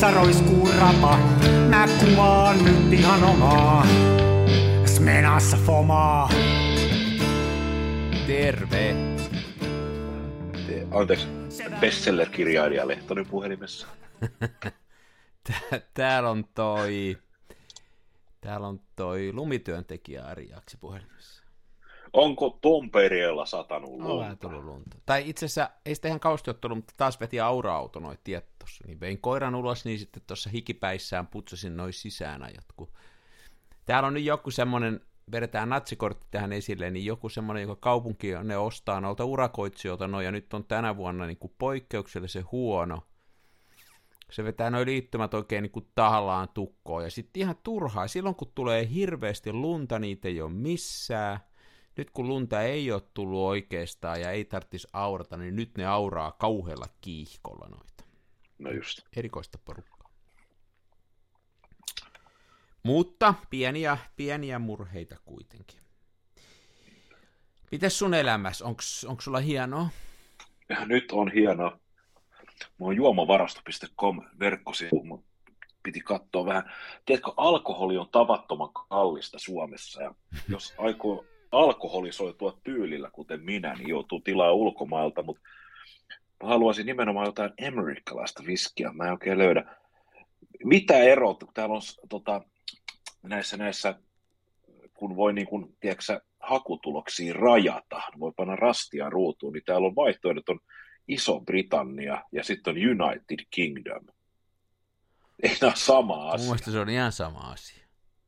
Veneessä roiskuu rapa, mä kuvaan nyt ihan omaa Smenassa fomaa. Terve. Anteeksi, bestseller-kirjailija Lehtonen puhelimessa. Täällä on toi lumityöntekijä Ari Jaksi puhelimessa. Onko Tampereella satanut lunta? On vähän tullut lunta. Tai itse asiassa ei sitä ihan kausti ole tullut, mutta taas veti aura-auto noin tiet tossa. Niin vein koiran ulos, niin sitten tuossa hikipäissään putsasin noin sisäänajot. Täällä on nyt joku semmoinen, vedetään natsikortti tähän esille, niin joku semmoinen, joka kaupunki ne ostaa noilta urakoitsijoilta noin, ja nyt on tänä vuonna niin kuin poikkeuksellisen huono. Se vetää noin liittymät oikein niin kuin tahallaan tukkoon, ja sitten ihan turhaa. Silloin kun tulee hirveästi lunta, niitä ei ole missään. Nyt kun lunta ei ole tullut oikeastaan ja ei tarvitsisi aurata, niin nyt ne auraa kauhealla kiihkolla noita. No just. Erikoista porukkaa. Mutta pieniä murheita kuitenkin. Mites sun elämässä? Onko sulla hienoa? Ja nyt on hienoa. Mulla on juomavarasto.com verkkosivu, mutta piti katsoa vähän. Tiedätkö, alkoholi on tavattoman kallista Suomessa, ja jos aikoo alkoholisoitua tyylillä, kuten minä, niin joutuu tilaa ulkomailta, mutta mä haluaisin nimenomaan jotain amerikkalaista viskiä, mä en oikein löydä. Mitä eroa, kun täällä on näissä, kun voi niin kuin, tiedätkö, hakutuloksia rajata, voi panna rastia ruutuun, niin täällä on vaihtoehdot, on Iso-Britannia ja sitten on United Kingdom. Ei nämä ole sama asia. Mun mielestä se on ihan sama asia.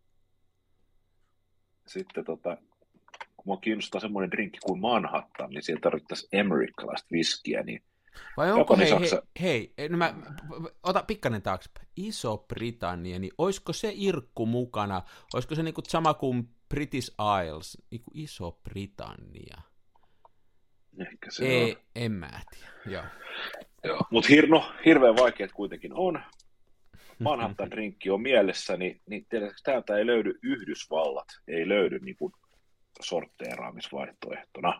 Sitten kun mua kiinnostaa semmoinen drinkki kuin Manhattan, niin siellä tarvittaisiin amerikkalaista viskiä. Niin vai onko, hei, no ota pikkainen taaksepäin. Iso-Britannia, niin olisiko se irkku mukana? Olisiko se niinku sama kuin British Isles, niinku Iso-Britannia? Ehkä se ei, on. En mä tiedä, joo. Mutta hirveän vaikeat kuitenkin on. Manhattan drinkki on mielessä, niin täältä ei löydy Yhdysvallat, ei löydy niin kuin sortteeraamisvaihtoehtona.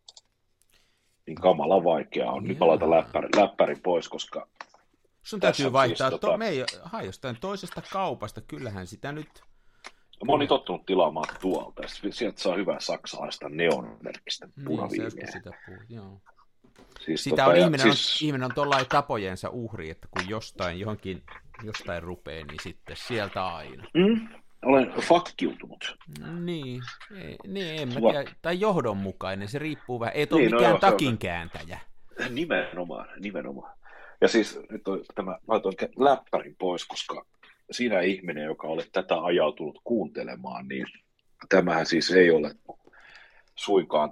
Niin kamala vaikeaa on. Nyt palata läppäri pois, koska sun täytyy vaihtaa, siis, me ei hae jostain toisesta kaupasta, kyllähän sitä nyt. Mä oon tottunut tilaamaan tuolta, ja sieltä saa hyvää saksalaista neonmerkistä punaviiniä. Joo. Siis sitä on ihminen on tollain tapojensa uhri, että kun jostain rupeaa, niin sitten sieltä aina. Olen fakkiutunut. Niin, en mä tiedä. Tai johdonmukainen, se riippuu vähän. Ei ole mikään takinkääntäjä. Nimenomaan. Ja siis nyt mä laitoin läppärin pois, koska sinä ihminen, joka olet tätä ajautunut kuuntelemaan, niin tämähän siis ei ole suinkaan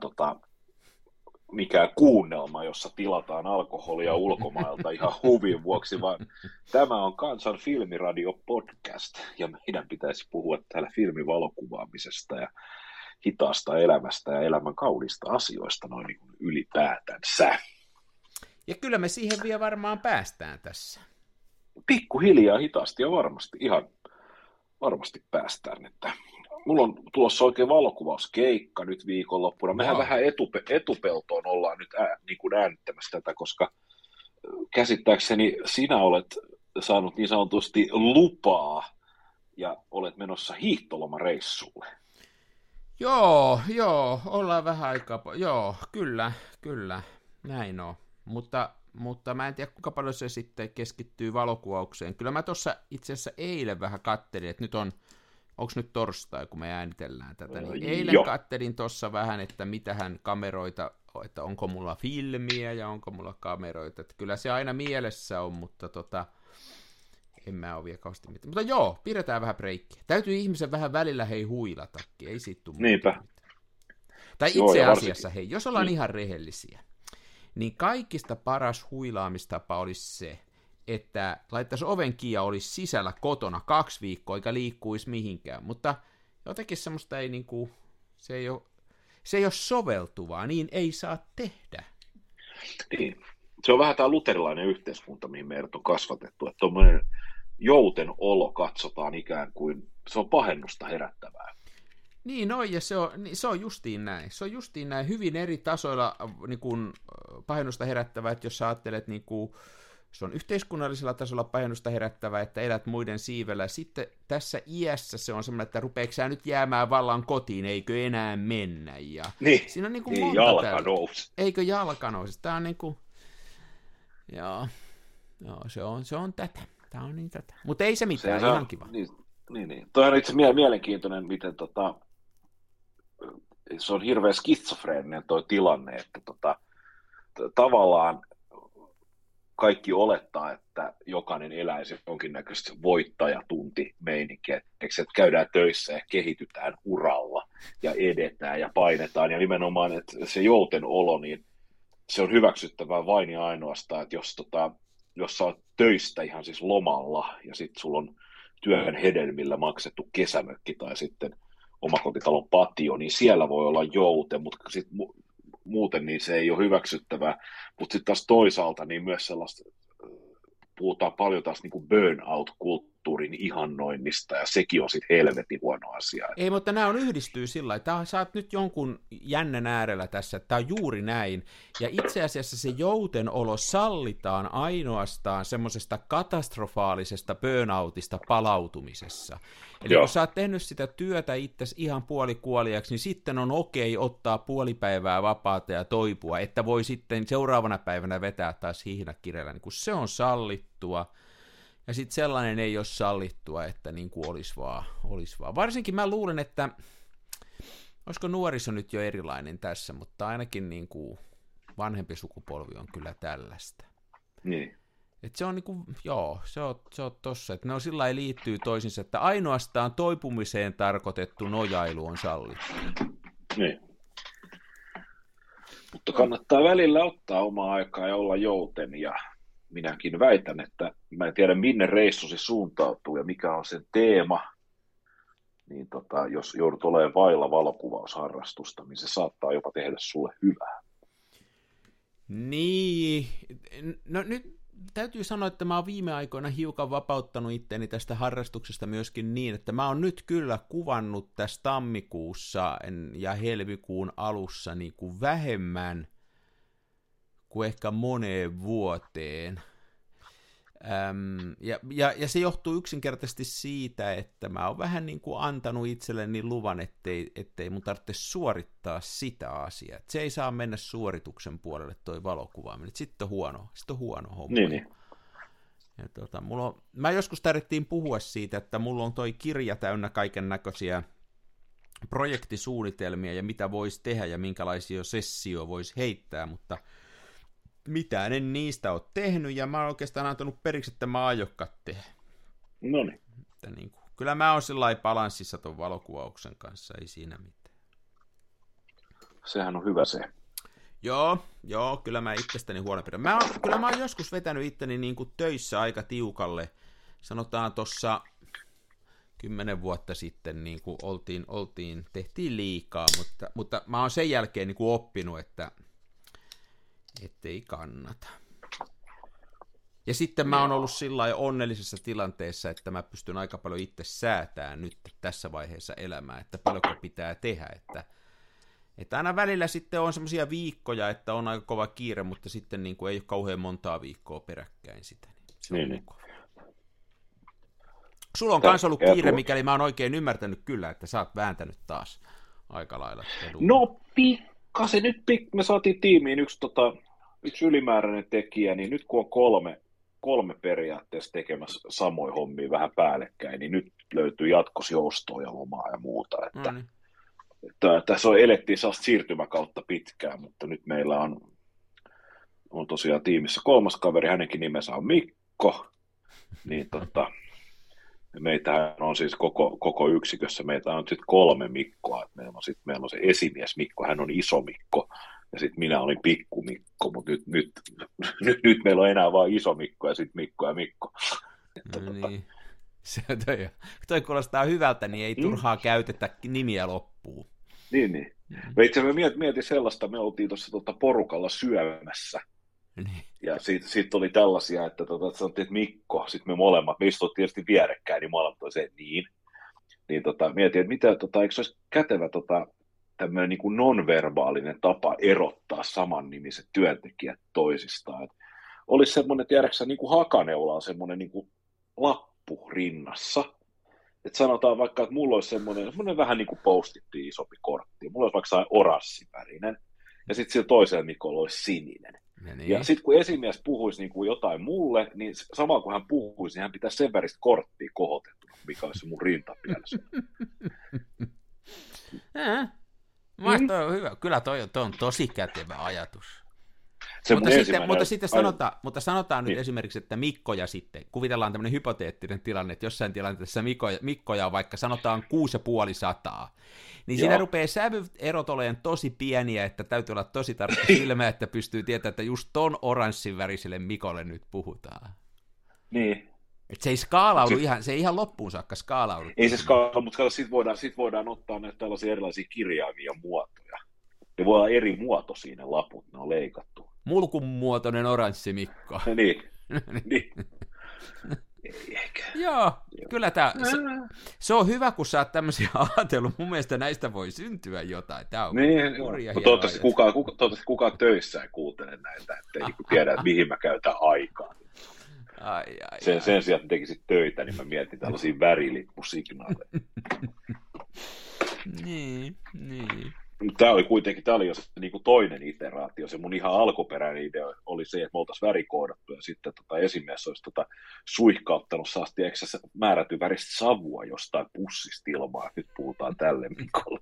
mikään kuunnelma, jossa tilataan alkoholia ulkomailta ihan huvin vuoksi, vaan tämä on Kansan filmiradio podcast, ja meidän pitäisi puhua täällä filmivalokuvaamisesta ja hitaasta elämästä ja elämän kaunista asioista noin niin kuin ylipäätänsä. Ja kyllä me siihen vielä varmaan päästään tässä. Pikkuhiljaa, hitaasti ja ihan varmasti päästään, että mulla on tulossa oikein valokuvauskeikka nyt viikonloppuna. Mehän vähän etupeltoon ollaan nyt niin kuin äänittämässä tätä, koska käsittääkseni sinä olet saanut niin sanotusti lupaa ja olet menossa hiihtolomareissulle. Joo, ollaan vähän aikaa. Joo, kyllä, näin on. Mutta mä en tiedä, kuinka paljon se sitten keskittyy valokuvaukseen. Kyllä mä tuossa itse asiassa eilen vähän kattelin, että nyt onko nyt torstai, kun me äänitellään tätä, niin eilen kattelin tuossa vähän, että mitähän kameroita, että onko mulla filmiä ja onko mulla kameroita. Että kyllä se aina mielessä on, mutta en mä ole vielä kauheasti mitään. Mutta joo, pidetään vähän breikkiä. Täytyy ihmisen vähän välillä huilatakin, ei siitä tule mitään. Tai itse asiassa, jos ollaan ihan rehellisiä, niin kaikista paras huilaamistapa olisi se, että laittaisi oven kiinni ja olisi sisällä kotona 2 viikkoa, eikä liikkuisi mihinkään. Mutta jotenkin semmoista ei niinku, se ei ole soveltuvaa, niin ei saa tehdä. Niin. Se on vähän tämä luterilainen yhteiskunta, mihin meidät on kasvatettu, että tuommoinen jouten olo katsotaan ikään kuin, se on pahennusta herättävää. Niin, ja se on justiin näin. Se on justiin näin hyvin eri tasoilla niin kuin pahennusta herättävää, että jos sä ajattelet niin kuin se on yhteiskunnallisella tasolla pahennusta herättävää, että elät muiden siivellä. Sitten tässä iässä se on semmoinen, että rupeeko sä nyt jäämään vallan kotiin, eikö enää mennä. Ja siinä on niin kuin monta jalka nousi. Eikö jalka nousi? Tämä on niin kuin, joo, se on tätä. Tämä on niin tätä. Mutta ei se mitään, se ihan kiva. Niin. Toi on itse mielenkiintoinen, miten se on hirveän skitsofreeninen toi tilanne, että tavallaan kaikki olettaa, että jokainen eläisi jonkinnäköistä voittajatunti-meininkiä, että käydään töissä ja kehitytään uralla ja edetään ja painetaan, ja nimenomaan, että se jouten olo, niin se on hyväksyttävää vain ja ainoastaan, että jos sä oot töistä ihan siis lomalla, ja sitten sulla on työn hedelmillä maksettu kesämökki tai sitten omakotitalon patio, niin siellä voi olla joute, mutta sitten muuten niin se ei ole hyväksyttävää, mutta sitten taas toisaalta niin myös sellaista, puhutaan paljon taas niin kuin burnout-kulttuurin ihannoinnista, ja sekin on sitten helvetin huono asia. Ei, mutta nämä on yhdistyy sillä lailla, sä oot nyt jonkun jännän äärellä tässä, että tämä on juuri näin, ja itse asiassa se joutenolo sallitaan ainoastaan semmoisesta katastrofaalisesta burnoutista palautumisessa. Eli kun sä oot tehnyt sitä työtä itsesi ihan puolikuoliaksi, niin sitten on okei ottaa puoli päivää vapaata ja toipua, että voi sitten seuraavana päivänä vetää taas hihnakirjalla, niin kun se on sallittua. Ja sitten sellainen ei ole sallittua, että niin kuin olisi vaan. Varsinkin mä luulen, että olisiko nuoriso nyt jo erilainen tässä, mutta ainakin niin kuin vanhempi sukupolvi on kyllä tällaista. Niin. Että se on niin kuin, se on tossa, että ne on sillä lailla liittyy toisinsa, että ainoastaan toipumiseen tarkoitettu nojailu on sallittu. Niin. Mutta kannattaa välillä ottaa omaa aikaa ja olla jouten, ja minäkin väitän, että mä en tiedä minne reissusi suuntautuu ja mikä on sen teema, niin jos joudut olemaan vailla valokuvausharrastusta, niin se saattaa jopa tehdä sulle hyvää. Niin, no nyt täytyy sanoa, että mä oon viime aikoina hiukan vapauttanut itteni tästä harrastuksesta myöskin niin, että mä oon nyt kyllä kuvannut tässä tammikuussa ja helmikuun alussa niin kuin vähemmän kuin ehkä moneen vuoteen. Ja se johtuu yksinkertaisesti siitä, että mä oon vähän niin kuin antanut itselleni luvan, ettei mun tarvitse suorittaa sitä asiaa. Et se ei saa mennä suorituksen puolelle toi valokuvaaminen. Sitten on huono homma. Niin. Ja mä joskus tarvittiin puhua siitä, että mulla on toi kirja täynnä kaiken näköisiä projektisuunnitelmia ja mitä voisi tehdä ja minkälaisia sessioita voisi heittää, mutta mitään en niistä ole tehnyt, ja mä oon oikeastaan antanut periksi, että mä aiokkaan tehdä. Noniin. Niin kyllä mä oon sellainen balanssissa ton valokuvauksen kanssa, ei siinä mitään. Sehän on hyvä se. Joo, kyllä mä itsestäni huolen pidän. Kyllä mä oon joskus vetänyt itteni niin kuin töissä aika tiukalle. Sanotaan tuossa 10 vuotta sitten niin kuin tehtiin liikaa, mutta mä oon sen jälkeen niin kuin oppinut, että ei kannata. Ja sitten mä oon ollut sillä onnellisessa tilanteessa, että mä pystyn aika paljon itse säätämään nyt tässä vaiheessa elämää, että paljonko pitää tehdä, että aina välillä sitten on semmoisia viikkoja, että on aika kova kiire, mutta sitten niin kuin ei ole kauhean montaa viikkoa peräkkäin sitä. Niin. Sulla on myös ollut kiire, mikäli mä oon oikein ymmärtänyt kyllä, että sä oot vääntänyt taas aika lailla. No pikkasen, nyt me saatiin tiimiin yksi ylimääräinen tekijä, niin nyt kun on kolme periaatteessa tekemässä samoja hommia vähän päällekkäin, niin nyt löytyy jatkosjoustoa ja lomaa ja muuta. Tässä elettiin sellaista siirtymäkautta pitkään, mutta nyt meillä on tosiaan tiimissä 3. kaveri, hänenkin nimensä on Mikko, niin meitä on siis koko yksikössä, meitä on sitten 3 Mikkoa, meillä on se esimies Mikko, hän on iso Mikko, ja sitten minä olin pikku Mikko, mutta nyt meillä on enää vain iso Mikko ja sitten Mikko ja Mikko. Niin. Se toi kuulostaa hyvältä, niin ei turhaa käytetä nimiä loppuun. Niin. Me itse mietin sellaista, me oltiin tuossa porukalla syömässä. Niin. Ja sitten oli tällaisia, että sanottiin, että Mikko, sitten me molemmat, me istuttiin tietysti vierekkäin, niin molemmat oli se, niin mietin, että mitä, eikö se olisi kätevä tämmöinen niin kuin nonverbaalinen tapa erottaa samannimiset työntekijät toisistaan. olisi semmoinen, tiedäksä, niin kuin hakaneula on semmoinen niin kuin lappu rinnassa. Että sanotaan vaikka, että mulla olisi semmoinen vähän niin kuin post-it isompi kortti. Mulla olisi vaikka sellainen oranssivärinen. Ja sitten sillä toisella Mikolla olisi sininen. Ja sitten kun esimies puhuisi niin kuin jotain mulle, niin samalla kun hän puhuisi, niin hän pitäisi sen väristä korttia kohotettuna, mikä olisi mun rintapielessä. Toi on hyvä. Kyllä toi on tosi kätevä ajatus. Mutta sanotaan nyt esimerkiksi, että Mikkoja sitten, kuvitellaan tämmöinen hypoteettinen tilanne, että jossain tilanteessa Mikkoja on vaikka sanotaan 650, niin siinä rupeaa sävyerot olemaan tosi pieniä, että täytyy olla tosi tarkka silmä, että pystyy tietämään, että just ton oranssin väriselle Mikolle nyt puhutaan. Niin. Että se ei skaalaudu se ei ihan loppuun saakka skaalaudu. Ei se skaalaudu, mutta sit voidaan ottaa näitä tällaisia erilaisia kirjaimia muotoja. Ne voi olla eri muoto siinä laput, ne on leikattu. Mulkun muotoinen oranssi Mikko. Niin. Ei ehkä. Joo, kyllä se on hyvä, kun sä oot tämmöisiä ajatellut. Mun mielestä näistä voi syntyä jotain. Tää on hurja hieno toivottavasti kukaan töissä ei kuuntele näitä, ettei tiedä, että mihin mä käytän aikaa. Sen sijaan, että tekisit töitä, niin mä mietin tällaisia värilippusignaaleja. Niin. Tämä oli jo se niin kuin toinen iteraatio. Se mun ihan alkuperäinen idea oli se, että me oltaisiin värikoodattu ja sitten esimies olisi suihkauttanut saasti määrätyn väristä savua jostain pussista ilmaa. Nyt puhutaan tälle Mikolle.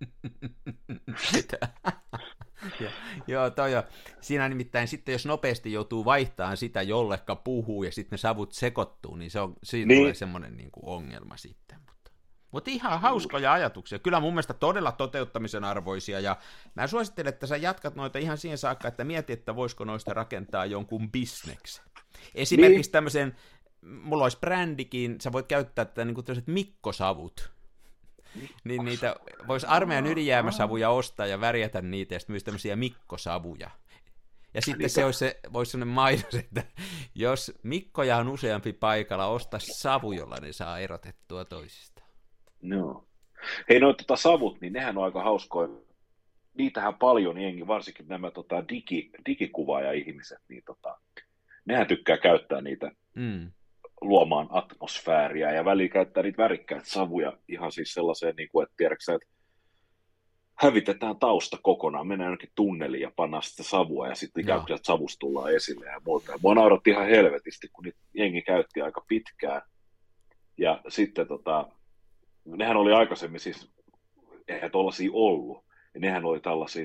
Joo, toi on. Siinä nimittäin sitten, jos nopeasti joutuu vaihtamaan sitä, jollekka puhuu ja sitten ne savut sekoittuu, niin siinä tulee semmoinen niin kuin ongelma sitten. Mutta ihan hauskoja ajatuksia. Kyllä mun mielestä todella toteuttamisen arvoisia, ja mä suosittelen, että sä jatkat noita ihan siihen saakka, että mieti, että voisiko noista rakentaa jonkun bisneksen. Esimerkiksi tämmöisen, mulla olisi brändikin, sä voit käyttää tätä niin kuin tämmöiset Mikko-savut. Niin niitä voisi armeijan ydinjäämäsavuja ostaa ja värjätä niitä, ja sitten myös tämmöisiä Mikko-savuja. Ja sitten voisi sellainen mainos, että jos Mikkoja on useampi paikalla, osta savu, jolla ne saa erotettua toisistaan. No. Hei, savut, niin nehän on aika hauskoja. Niitähän paljon jengi, varsinkin nämä digikuvaaja-ihmiset, niin nehän tykkää käyttää niitä luomaan atmosfääriä ja väliin käyttää niitä värikkäitä savuja ihan siis sellaiseen, niin kuin, että tiedätkö, että hävitetään tausta kokonaan, mennään jonnekin tunneliin ja pannaan sitä savua ja sitten ikään kuin savusta tullaan esille ja muuta. Mua nauratti ihan helvetisti, kun niitä jengi käytti aika pitkään ja sitten nehän oli aikaisemmin siis, eihän tollaisia ollut, ja nehän oli tällaisia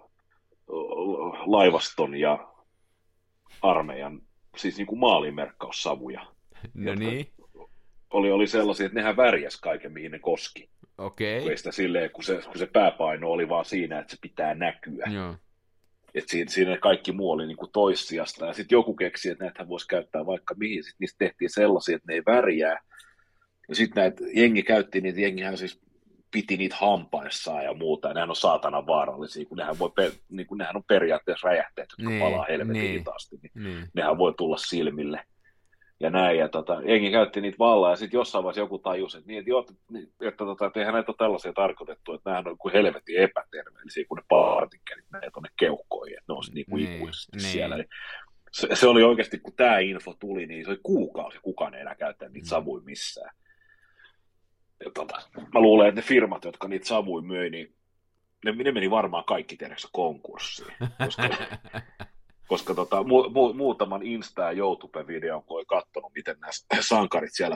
laivaston ja armeijan, siis niin kuin maalimerkkaussavuja. No niin. Oli sellaisia, että nehän värjäs kaiken, mihin ne koski. Okei. Okay. Sitä silleen, kun se pääpaino oli vaan siinä, että se pitää näkyä. Joo. Että siinä kaikki muu oli niin kuin toissijasta, ja sitten joku keksi, että näitähän voisi käyttää vaikka mihin, sitten niistä tehtiin sellaisia, että ne ei värjää. Ja sitten näitä jengi käytti niitä, jengihän siis piti niitä hampaissaan ja muuta, ja nehän on saatanan vaarallisia, kun nehän on periaatteessa räjähteet, jotka palaa helvetin hitaasti, niin nehän voi tulla silmille. Ja näin, ja jengi käytti niitä vallan, ja sitten jossain vaiheessa joku tajusi, että eihän näitä ole tällaisia tarkoitettu, että nämähän on kuin helvetin epäterveellisiä, kun ne partikkelit menee tuonne keuhkoihin, että ne on niin kuin ikuisesti siellä. Niin se oli oikeasti, kun tämä info tuli, niin se oli kuukausi, kukaan ei enää käyttää niitä savuja missään. Ja mä luulen, että ne firmat, jotka niitä savuja möi, niin ne meni varmaan kaikki tiedäksä konkurssiin, koska muutaman Insta- ja YouTube-videon, kun olen katsonut, miten nämä sankarit siellä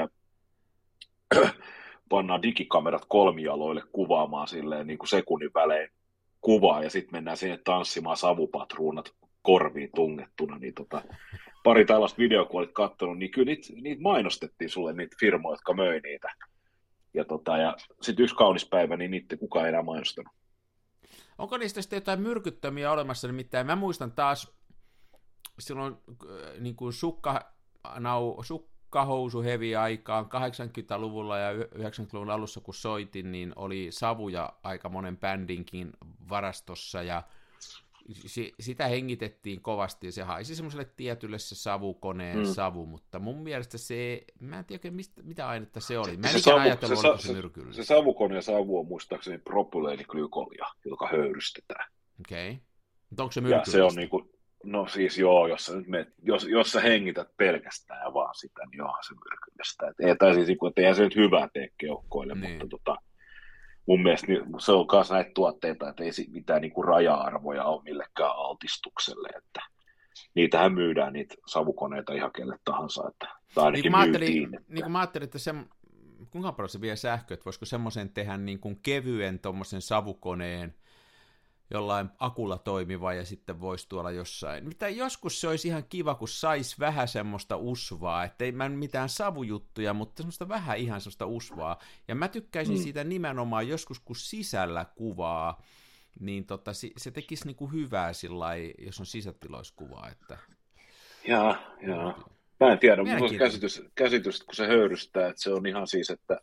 pannaan digikamerat kolmijaloille kuvaamaan silleen niin kuin sekunnin välein kuvaa, ja sitten mennään sinne tanssimaan savupatruunat korviin tungettuna, niin pari tällaista videoa, kun olit katsonut, niin kyllä niitä mainostettiin sulle, niitä firmoja, jotka möi niitä. Ja sitten yksi kaunis päivä, niin niitä kukaan ei enää mainostanut. Onko niistä sitten jotain myrkyttömiä olemassa? Nimittäin mä muistan taas silloin niin kuin sukkahousu hevi aikaan 80-luvulla ja 90-luvun alussa, kun soitin, niin oli savuja aika monen bändinkin varastossa, ja sitä hengitettiin kovasti, ja se haisi semmoiselle tietylle se savukoneen savu, mutta mun mielestä mä en tiedä oikein mitä ainetta se oli. Mä en ikään ajatellut, oliko se myrkyllistä. Se savukoneen savu on muistaakseni propyleeniglykolia, joka höyrystetään. Okei. Mutta onko se myrkyllistä? Ja se on niinku, No siis joo, jos sä hengität pelkästään ja vaan sitä, niin onhan se myrkyllistä. Eihän se nyt hyvää tee keuhkoille, Niin. mutta mun mielestä se on myös näitä tuotteita, että ei mitään niinku raja-arvoja ole millekään altistukselle, että niitähän myydään niitä savukoneita ihan kelle tahansa, että ainakin myytiin. Niin kuin mä ajattelin, että kuinka paljon se vie sähköä, että voisiko semmoisen tehdä niin kuin kevyen tommosen savukoneen, jollain akulla toimiva ja sitten voisi tuolla jossain. Mitä joskus se olisi ihan kiva, kun sais vähän semmoista usvaa, ettei mä mitään savujuttuja, mutta semmoista vähän ihan semmoista usvaa. Ja mä tykkäisin siitä nimenomaan joskus, kun sisällä kuvaa, niin se tekisi niinku hyvää sillai, jos on sisätiloiskuvaa. Että... Jaa. Mä en tiedä, mutta käsitys, kun se höyrystää, että se on ihan siis, että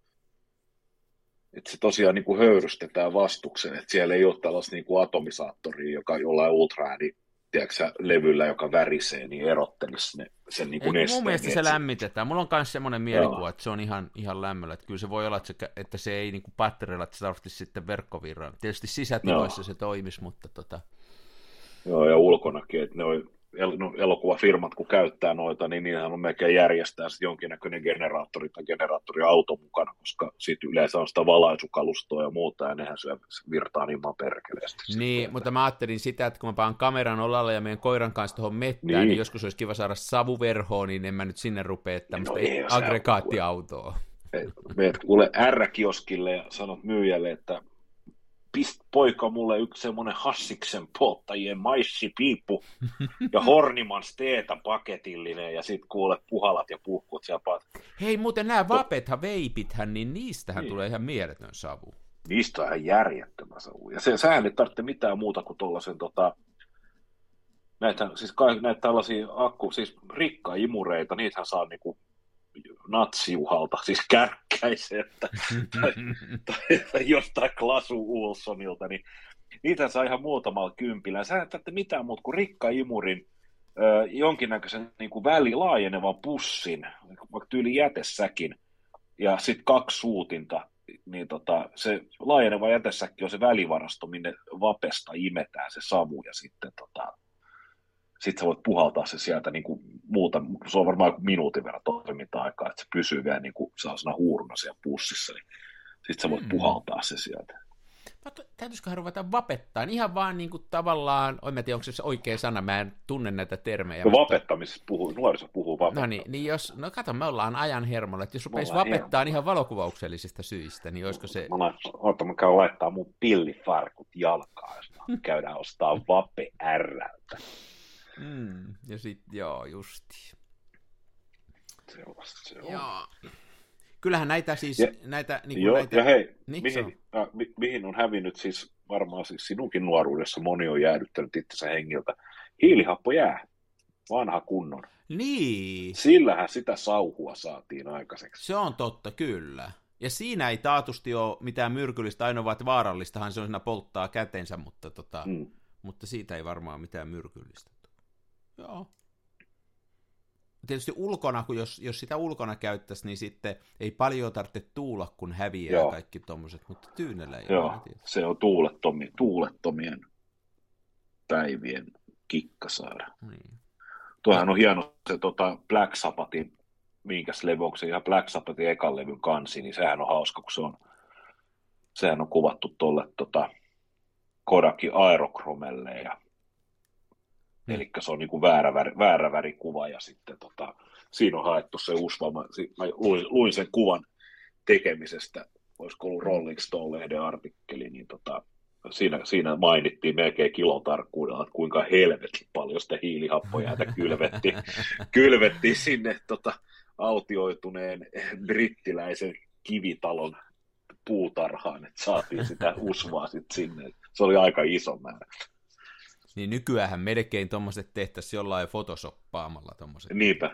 se tosiaan niin kuin höyrystetään vastuksen, että siellä ei ole tällaista niin kuin atomisaattoria, joka jollain ultraääni, tiedätkö, levyllä, joka värisee, niin erottelisi sen niin kuin nesteen. Mun mielestä se lämmitetään. Mulla on myös semmoinen mielikuva, että se on ihan lämmöllä. Että kyllä se voi olla, että se ei niin kuin patterilla, että se tarvitsisi sitten verkkovirran. Tietysti sisätiloissa se toimisi, mutta Joo, ja ulkonakin, että ne on elokuvafirmat, kun käyttää noita, niin niinhän on melkein järjestää jonkinnäköinen generaattori tai generaattoriauto mukana, koska sitten yleensä on sitä valaisukalustoa ja muuta, ja nehän syö virtaa niin maan perkeleesti. Niin, mutta mä ajattelin sitä, että kun mä paan kameran olalle ja meidän koiran kanssa tuohon mettään, niin joskus olisi kiva saada savuverhoon, niin en mä nyt sinne rupea tämmöistä aggregaattiautoa. Meet kuule R-kioskille ja sanot myyjälle, että poika mulle yksi semmoinen Hassiksen polttajien maissipiippu ja Hornimans teetä paketillinen ja sit kuule puhalat ja puhkut siellä. Hei muuten nämä vapethan, veipithän, niin niistähän tulee ihan mieletön savu. Niistä on ihan järjettömä savu. Ja sehän ei tarvitse mitään muuta kuin tuollaisen näitä tällaisia siis rikkaimureita, niitähän saa niinku natsijuhalta, siis kärkkäiseltä tai jostain Klasu Ulssonilta, niin niitä saa ihan muutamalla kympillä. Sä et tarvitse mitään muuta kuin rikkaimurin jonkinnäköisen niin kuin laajenevan pussin, vaikka tyyli jätesäkin, ja sitten 2 suutinta, niin se laajeneva jätesäkki on se välivarasto, minne vapesta imetään se savu, ja sitten sitten sä voit puhaltaa se sieltä niin kuin se on varmaan minuutin verran toiminta-aikaa, että se pysyy vielä niin kuin sellaisena huuruna siellä pussissa, niin sitten sä voit puhaltaa se sieltä. Täytyisikö ruveta vapettaa? Ihan vaan niin kuin tavallaan, en tiedä, onko se oikea sana, mä en tunne näitä termejä. No vapettamisessa nuoriso puhuu vapettaa. No kato, me ollaan ajan hermolla, että jos rupeisi vapettaa ihan valokuvauksellisista syistä, niin olisiko se... Mä käyn laittaa mun pillifarkut jalkaan, jos käydään ostaa Vape R:ltä. Ja sitten, justi. Se on. Joo. Kyllähän näitä siis... Ja hei, niin, mihin on hävinnyt siis varmaan siis sinunkin nuoruudessa moni on jäädyttänyt itsensä hengiltä. Hiilihappojää, vanha kunnon. Niin. Sillähän sitä sauhua saatiin aikaiseksi. Se on totta, kyllä. Ja siinä ei taatusti ole mitään myrkyllistä, ainoa vaan vaarallistahan se on siinä polttaa kätensä, mutta siitä ei varmaan mitään myrkyllistä. Joo. Tietysti ulkona, kun jos sitä ulkona käyttäisi, niin sitten ei paljon tarvitse tuulla, kun häviää kaikki tommoset, mutta tyynellä ei ole. Se on tuulettomien päivien kikkasaara. Niin. Tuohan on hieno se Black Sabbathin, minkäs levy, onko se ihan Black Sabbathin ekan levyn kansi, niin sehän on hauska, kun sehän on kuvattu tuolle Kodakin Aerochromelle ja eli se on niin kuin väärä värikuva, ja sitten siinä on haettu se usva. Mä luin sen kuvan tekemisestä, olisiko ollut Rolling Stone-lehden artikkeli, niin siinä mainittiin melkein kilotarkkuudella, että kuinka helvetin paljon sitä hiilihappojäätä kylvettiin sinne autioituneen brittiläisen kivitalon puutarhaan, että saatiin sitä usvaa sitten sinne. Se oli aika iso määrä. Niin nykyäänhän melkein tommoset tehtäisiin jollain photoshoppaamalla tommoset. Niinpä.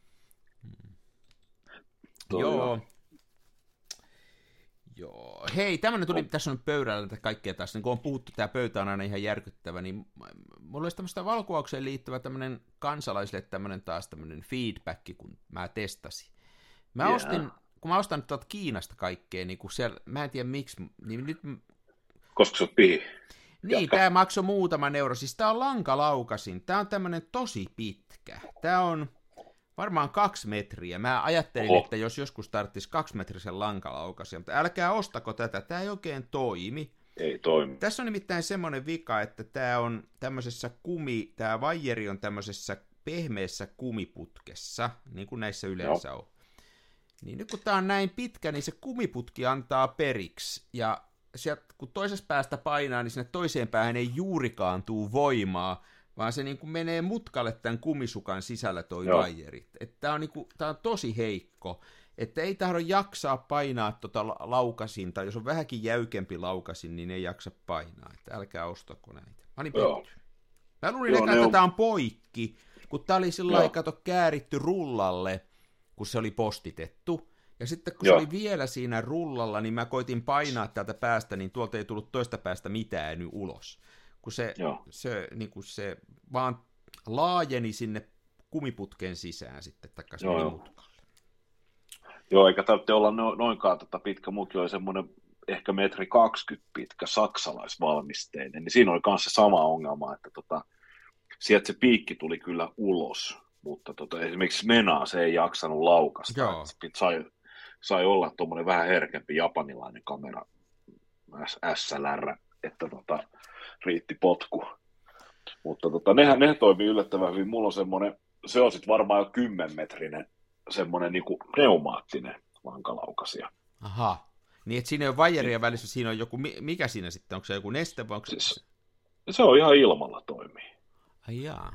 Joo. Hei, tämmönen tuli, tässä on pöydällä tätä kaikkea taas, niin kun on puhuttu, tämä pöytä on aina ihan järkyttävä, niin mulla olisi tämmöistä valokuvaukseen liittyvä tämmöinen kansalaisille tämmöinen feedback, kun mä testasin. Kun mä ostan tuolta Kiinasta kaikkea, niin kun siellä, mä en tiedä miksi, niin nyt... Koska se on pihi. Niin, tämä maksoi muutaman euro. Siis tämä on lankalaukasin. Tämä on tämmöinen tosi pitkä. Tämä on varmaan 2 metriä. Mä ajattelin, että jos joskus tarvitsisi 2-metrisen lankalaukasin, mutta älkää ostako tätä. Tämä ei oikein toimi. Ei toimi. Tässä on nimittäin semmoinen vika, että tämä on tämmöisessä tämä vaijeri on tämmöisessä pehmeässä kumiputkessa, niin kuin näissä yleensä on. Niin nyt kun tämä on näin pitkä, niin se kumiputki antaa periksi, ja sieltä, kun toisesta päästä painaa, niin sinne toiseen päähän ei juurikaan tuu voimaa, vaan se niin kuin menee mutkalle tämän kumisukan sisällä vaijeri. Tämä on, on tosi heikko, että ei tahdo jaksaa painaa laukasinta, jos on vähänkin jäykempi laukasin, niin ei jaksa painaa, että älkää ostako näitä. Mä olin pettynyt. Mä luulin, että tämä on poikki, kun tämä oli sillä lailla, kääritty rullalle, kun se oli postitettu. Ja sitten kun se oli vielä siinä rullalla, niin mä koitin painaa täältä päästä, niin tuolta ei tullut toista päästä mitään nyt ulos. Kun se vaan laajeni sinne kumiputken sisään sitten, taikka se meni mutkalle. Joo, eikä tarvitse olla noinkaan pitkä, muutkin oli semmoinen ehkä 1,20 metriä pitkä saksalaisvalmisteinen, niin siinä oli myös se sama ongelma, että sieltä se piikki tuli kyllä ulos, mutta esimerkiksi Menaa se ei jaksanut laukasta. Sai olla tuommoinen vähän herkempi japanilainen kamera SLR, että riitti potku. Mutta nehän toimii yllättävän hyvin. Mulla on semmoinen, se on sitten varmaan jo 10-metrinen semmoinen niinku pneumaattinen lankalaukasia. Aha, niin että siinä ei ole vaijeria välissä, siinä on joku, mikä siinä sitten, onko se joku neste vai onko se on ihan ilmalla toimii. Ai jaa.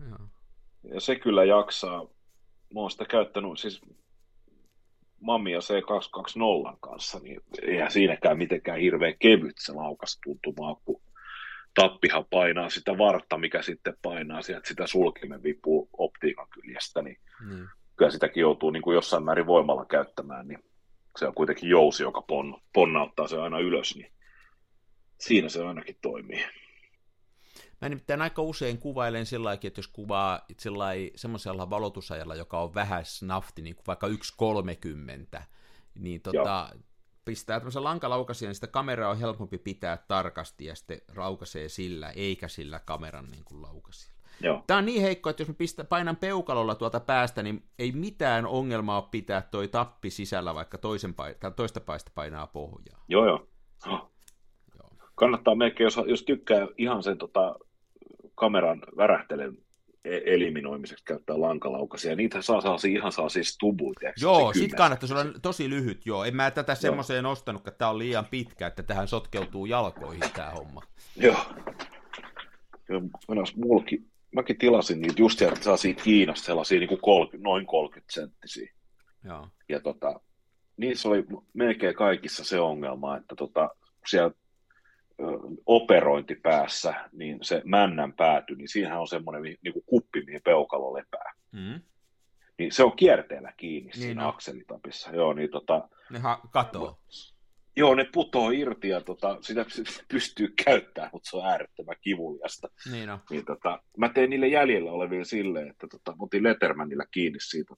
Ja se kyllä jaksaa, mä oon sitä käyttänyt, siis Mamiya C220 kanssa, niin eihän siinäkään mitenkään hirveän kevyt se laukas tuntumaan, kun tappihan painaa sitä vartta, mikä sitten painaa sieltä sitä sulkimen vipua optiikan kyljestä, niin kyllä sitäkin joutuu niin kuin jossain määrin voimalla käyttämään, niin se on kuitenkin jousi, joka ponnauttaa se aina ylös, niin siinä se ainakin toimii. Mä nimittäin aika usein kuvailen sellaikin, että jos kuvaa semmoisella valotusajalla, joka on vähän snafti, niin kuin vaikka 1.30, niin pistää tämmöisen lankalaukasia, niin sitä kameraa on helpompi pitää tarkasti ja sitten laukaisee sillä, eikä sillä kameran niin kuin laukasilla. Tämä on niin heikko, että jos mä painan peukalolla tuolta päästä, niin ei mitään ongelmaa ole pitää toi tappi sisällä, vaikka toista päästä painaa pohjaa. Joo. Kannattaa melkein, jos tykkää ihan sen kameran värähtelen eliminoimiseksi käyttää lankalaukasia. Niitä saa ihan stubuita. Joo, sit kannattaa, se on tosi lyhyt. Joo, en mä tätä semmoiseen ostanut, että tää on liian pitkä, että tähän sotkeutuu jalkoihin tää homma. Joo. Mäkin tilasin niitä just sieltä sellaisia Kiinasta, sellaisia niin kuin noin 30 senttisiä. Joo. Ja niissä oli melkein kaikissa se ongelma, että siellä operointipäässä, niin se männän pääty, niin siinähän on semmoinen niin kuin kuppi, mihin peukalo lepää. Niin se on kierteellä kiinni siinä akselitapissa. Joo, niin ne katoo. Joo, ne putoo irti ja sitä pystyy käyttämään, mutta se on äärettömän kivuliasta. Niin on. Niin mä tein niille jäljellä oleville silleen, että otin Lettermanilla kiinni siitä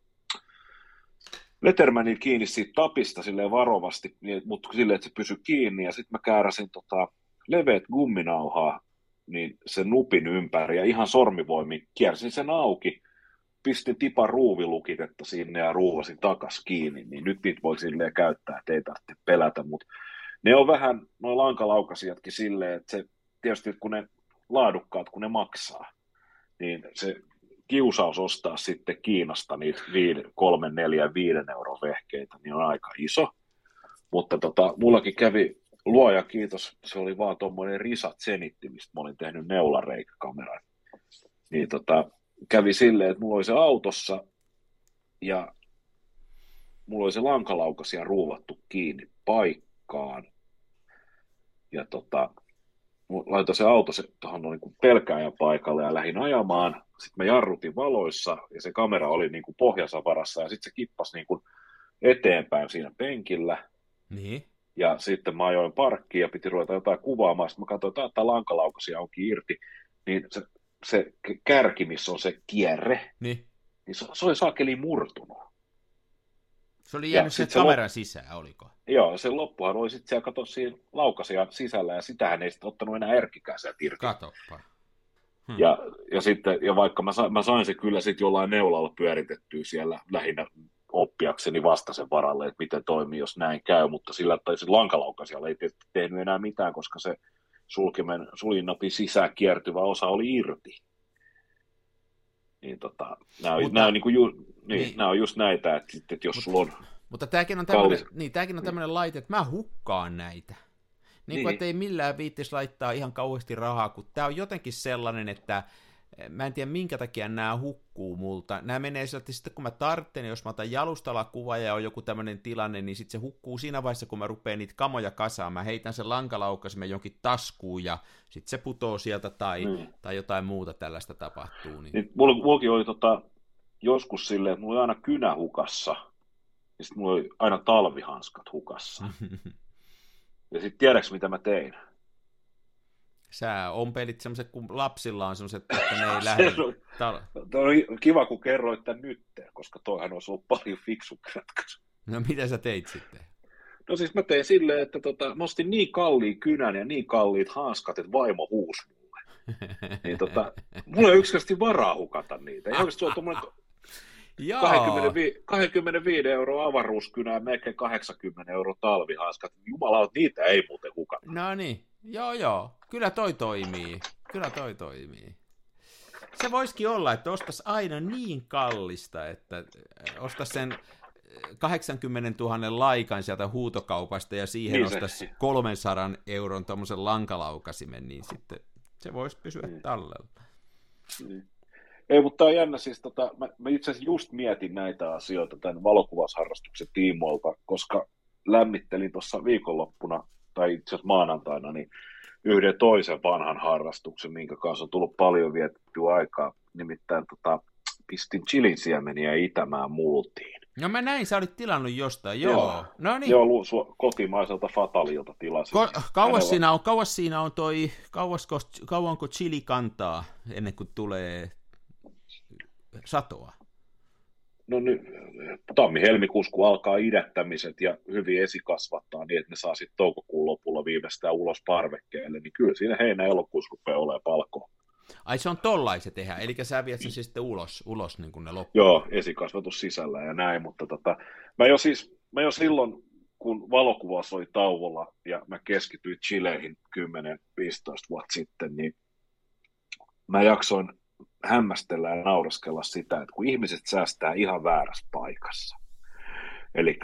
tapista silleen varovasti, mutta silleen, että se pysyi kiinni, ja sitten mä kääräsin leveät gumminauhaa niin sen nupin ympäri, ja ihan sormivoimin kiersin sen auki, pistin tipan ruuvilukitetta sinne ja ruuvasin takas kiinni, niin nyt niitä voi silleen käyttää, että ei tarvitse pelätä, mutta ne on vähän, noin lankalaukasijatkin silleen, että se tietysti kun ne laadukkaat, kun ne maksaa, niin se kiusaus ostaa sitten Kiinasta niitä 3, 4, 5 euron vehkeitä, niin on aika iso. Mutta mullakin kävi, luoja kiitos, se oli vaan tuommoinen Risa Zenitti, mistä mä olin tehnyt neulareikäkameran. Niin kävi silleen, että mulla oli se autossa ja mulla oli se lankalaukasia ruuvattu kiinni paikkaan. Ja laitoin se auto tuohon niin pelkääjän paikalle ja lähdin ajamaan. Sitten mä jarrutin valoissa ja se kamera oli niin kuin pohjasavarassa ja sitten se kippasi niin kuin eteenpäin siinä penkillä. Niin. Ja sitten mä ajoin parkkiin ja piti ruveta jotain kuvaamaan. Sitten mä katsoin, että tämä lankalaukasia onkin irti. Niin se kärki, missä on se kierre, niin se oli saakeli murtunut. Se oli jäänyt sen kameran sisään, oliko? Joo, se loppuhan oli sitten siellä, kato, siinä laukasijan sisällä, ja sitähän ei sitten ottanut enää erkkikään sieltä irti. Katoppa. Ja vaikka mä sain se kyllä sitten jollain neulalla pyöritettyä siellä lähinnä oppiakseni vastaisen varalle, että miten toimii, jos näin käy, mutta sillä tai se lankalaukasijalla ei tehnyt enää mitään, koska se sulinnapin sisään kiertyvä osa oli irti. Niin nämä on just näitä, että jos sulla on... Mutta tämäkin on tämmöinen laite, että mä hukkaan näitä. Niin kuin, että ei millään viittisi laittaa ihan kauheasti rahaa, kun tämä on jotenkin sellainen, että mä en tiedä minkä takia nämä hukkuu multa. Nämä menee sieltä, että sitten kun mä tarvitsen, jos mä otan jalustalla kuva ja on joku tämmöinen tilanne, niin sitten se hukkuu siinä vaiheessa, kun mä rupean niitä kamoja kasaan. Mä heitän sen lankalaukasimen jonkin taskuun ja sitten se putoo sieltä tai jotain muuta tällaista tapahtuu. Niin mullakin oli joskus silleen, että mulla oli aina kynä hukassa ja sitten mulla oli aina talvihanskat hukassa. Ja sitten tiedätkö, mitä mä tein? Sä ompelit semmoiset, kun lapsilla on semmoiset, että ne ei lähde... Toi oli kiva, kun kerroit tämän nyt, koska toihan olisi ollut paljon fiksumpi ratkaisu. No mitä sä teit sitten? No siis mä tein silleen, että mä ostin niin kalliin kynän ja niin kalliit hanskat, että vaimo huusi mulle. Niin mulla ei yksinkertaisesti varaa hukata niitä. Ja oikeasti se on tommoinen 25 € avaruuskynä ja melkein 80 € talvihanskat. Jumala, niitä ei muuten hukata. No niin, joo. Kyllä toi toimii. Se voisikin olla, että ostas aina niin kallista, että ostas sen 80 000 laikan sieltä huutokaupasta ja siihen niin ostas 300 € tuommoisen lankalaukasimen, niin sitten se voisi pysyä tallella. Niin. Ei, mutta tämä on jännä, siis mä itse asiassa just mietin näitä asioita tämän valokuvausharrastuksen tiimoilta, koska lämmittelin tuossa viikonloppuna, tai itse asiassa maanantaina, niin yhden toisen vanhan harrastuksen, minkä kanssa on tullut paljon vietettyä aikaa, nimittäin pistin chilin siemeniä itämään multiin. No mä näin, sä olit tilannut jostain, joo. No niin. Joo, kotimaiselta Fatalilta tilasin. Kauas siinä on kauanko chili kantaa ennen kuin tulee satoa? No nyt tammi-helmikuussa, kun alkaa idättämiset ja hyvin esikasvattaa niin, että ne saa sitten toukokuun lopulla viimeistään ulos parvekkeelle, niin kyllä siinä heinä-elokuussa rupeaa olemaan palkoa. Ai se on tollain se tehdä, eli sä viet sen sitten ulos niin kuin ne loppuu. Joo, esikasvatus sisällä ja näin, mutta mä jo silloin, kun valokuvaus oli tauolla ja mä keskityin chileihin 10-15 vuotta sitten, niin mä jaksoin hämmästellä ja nauraskella sitä, että kun ihmiset säästää ihan väärässä paikassa. Eli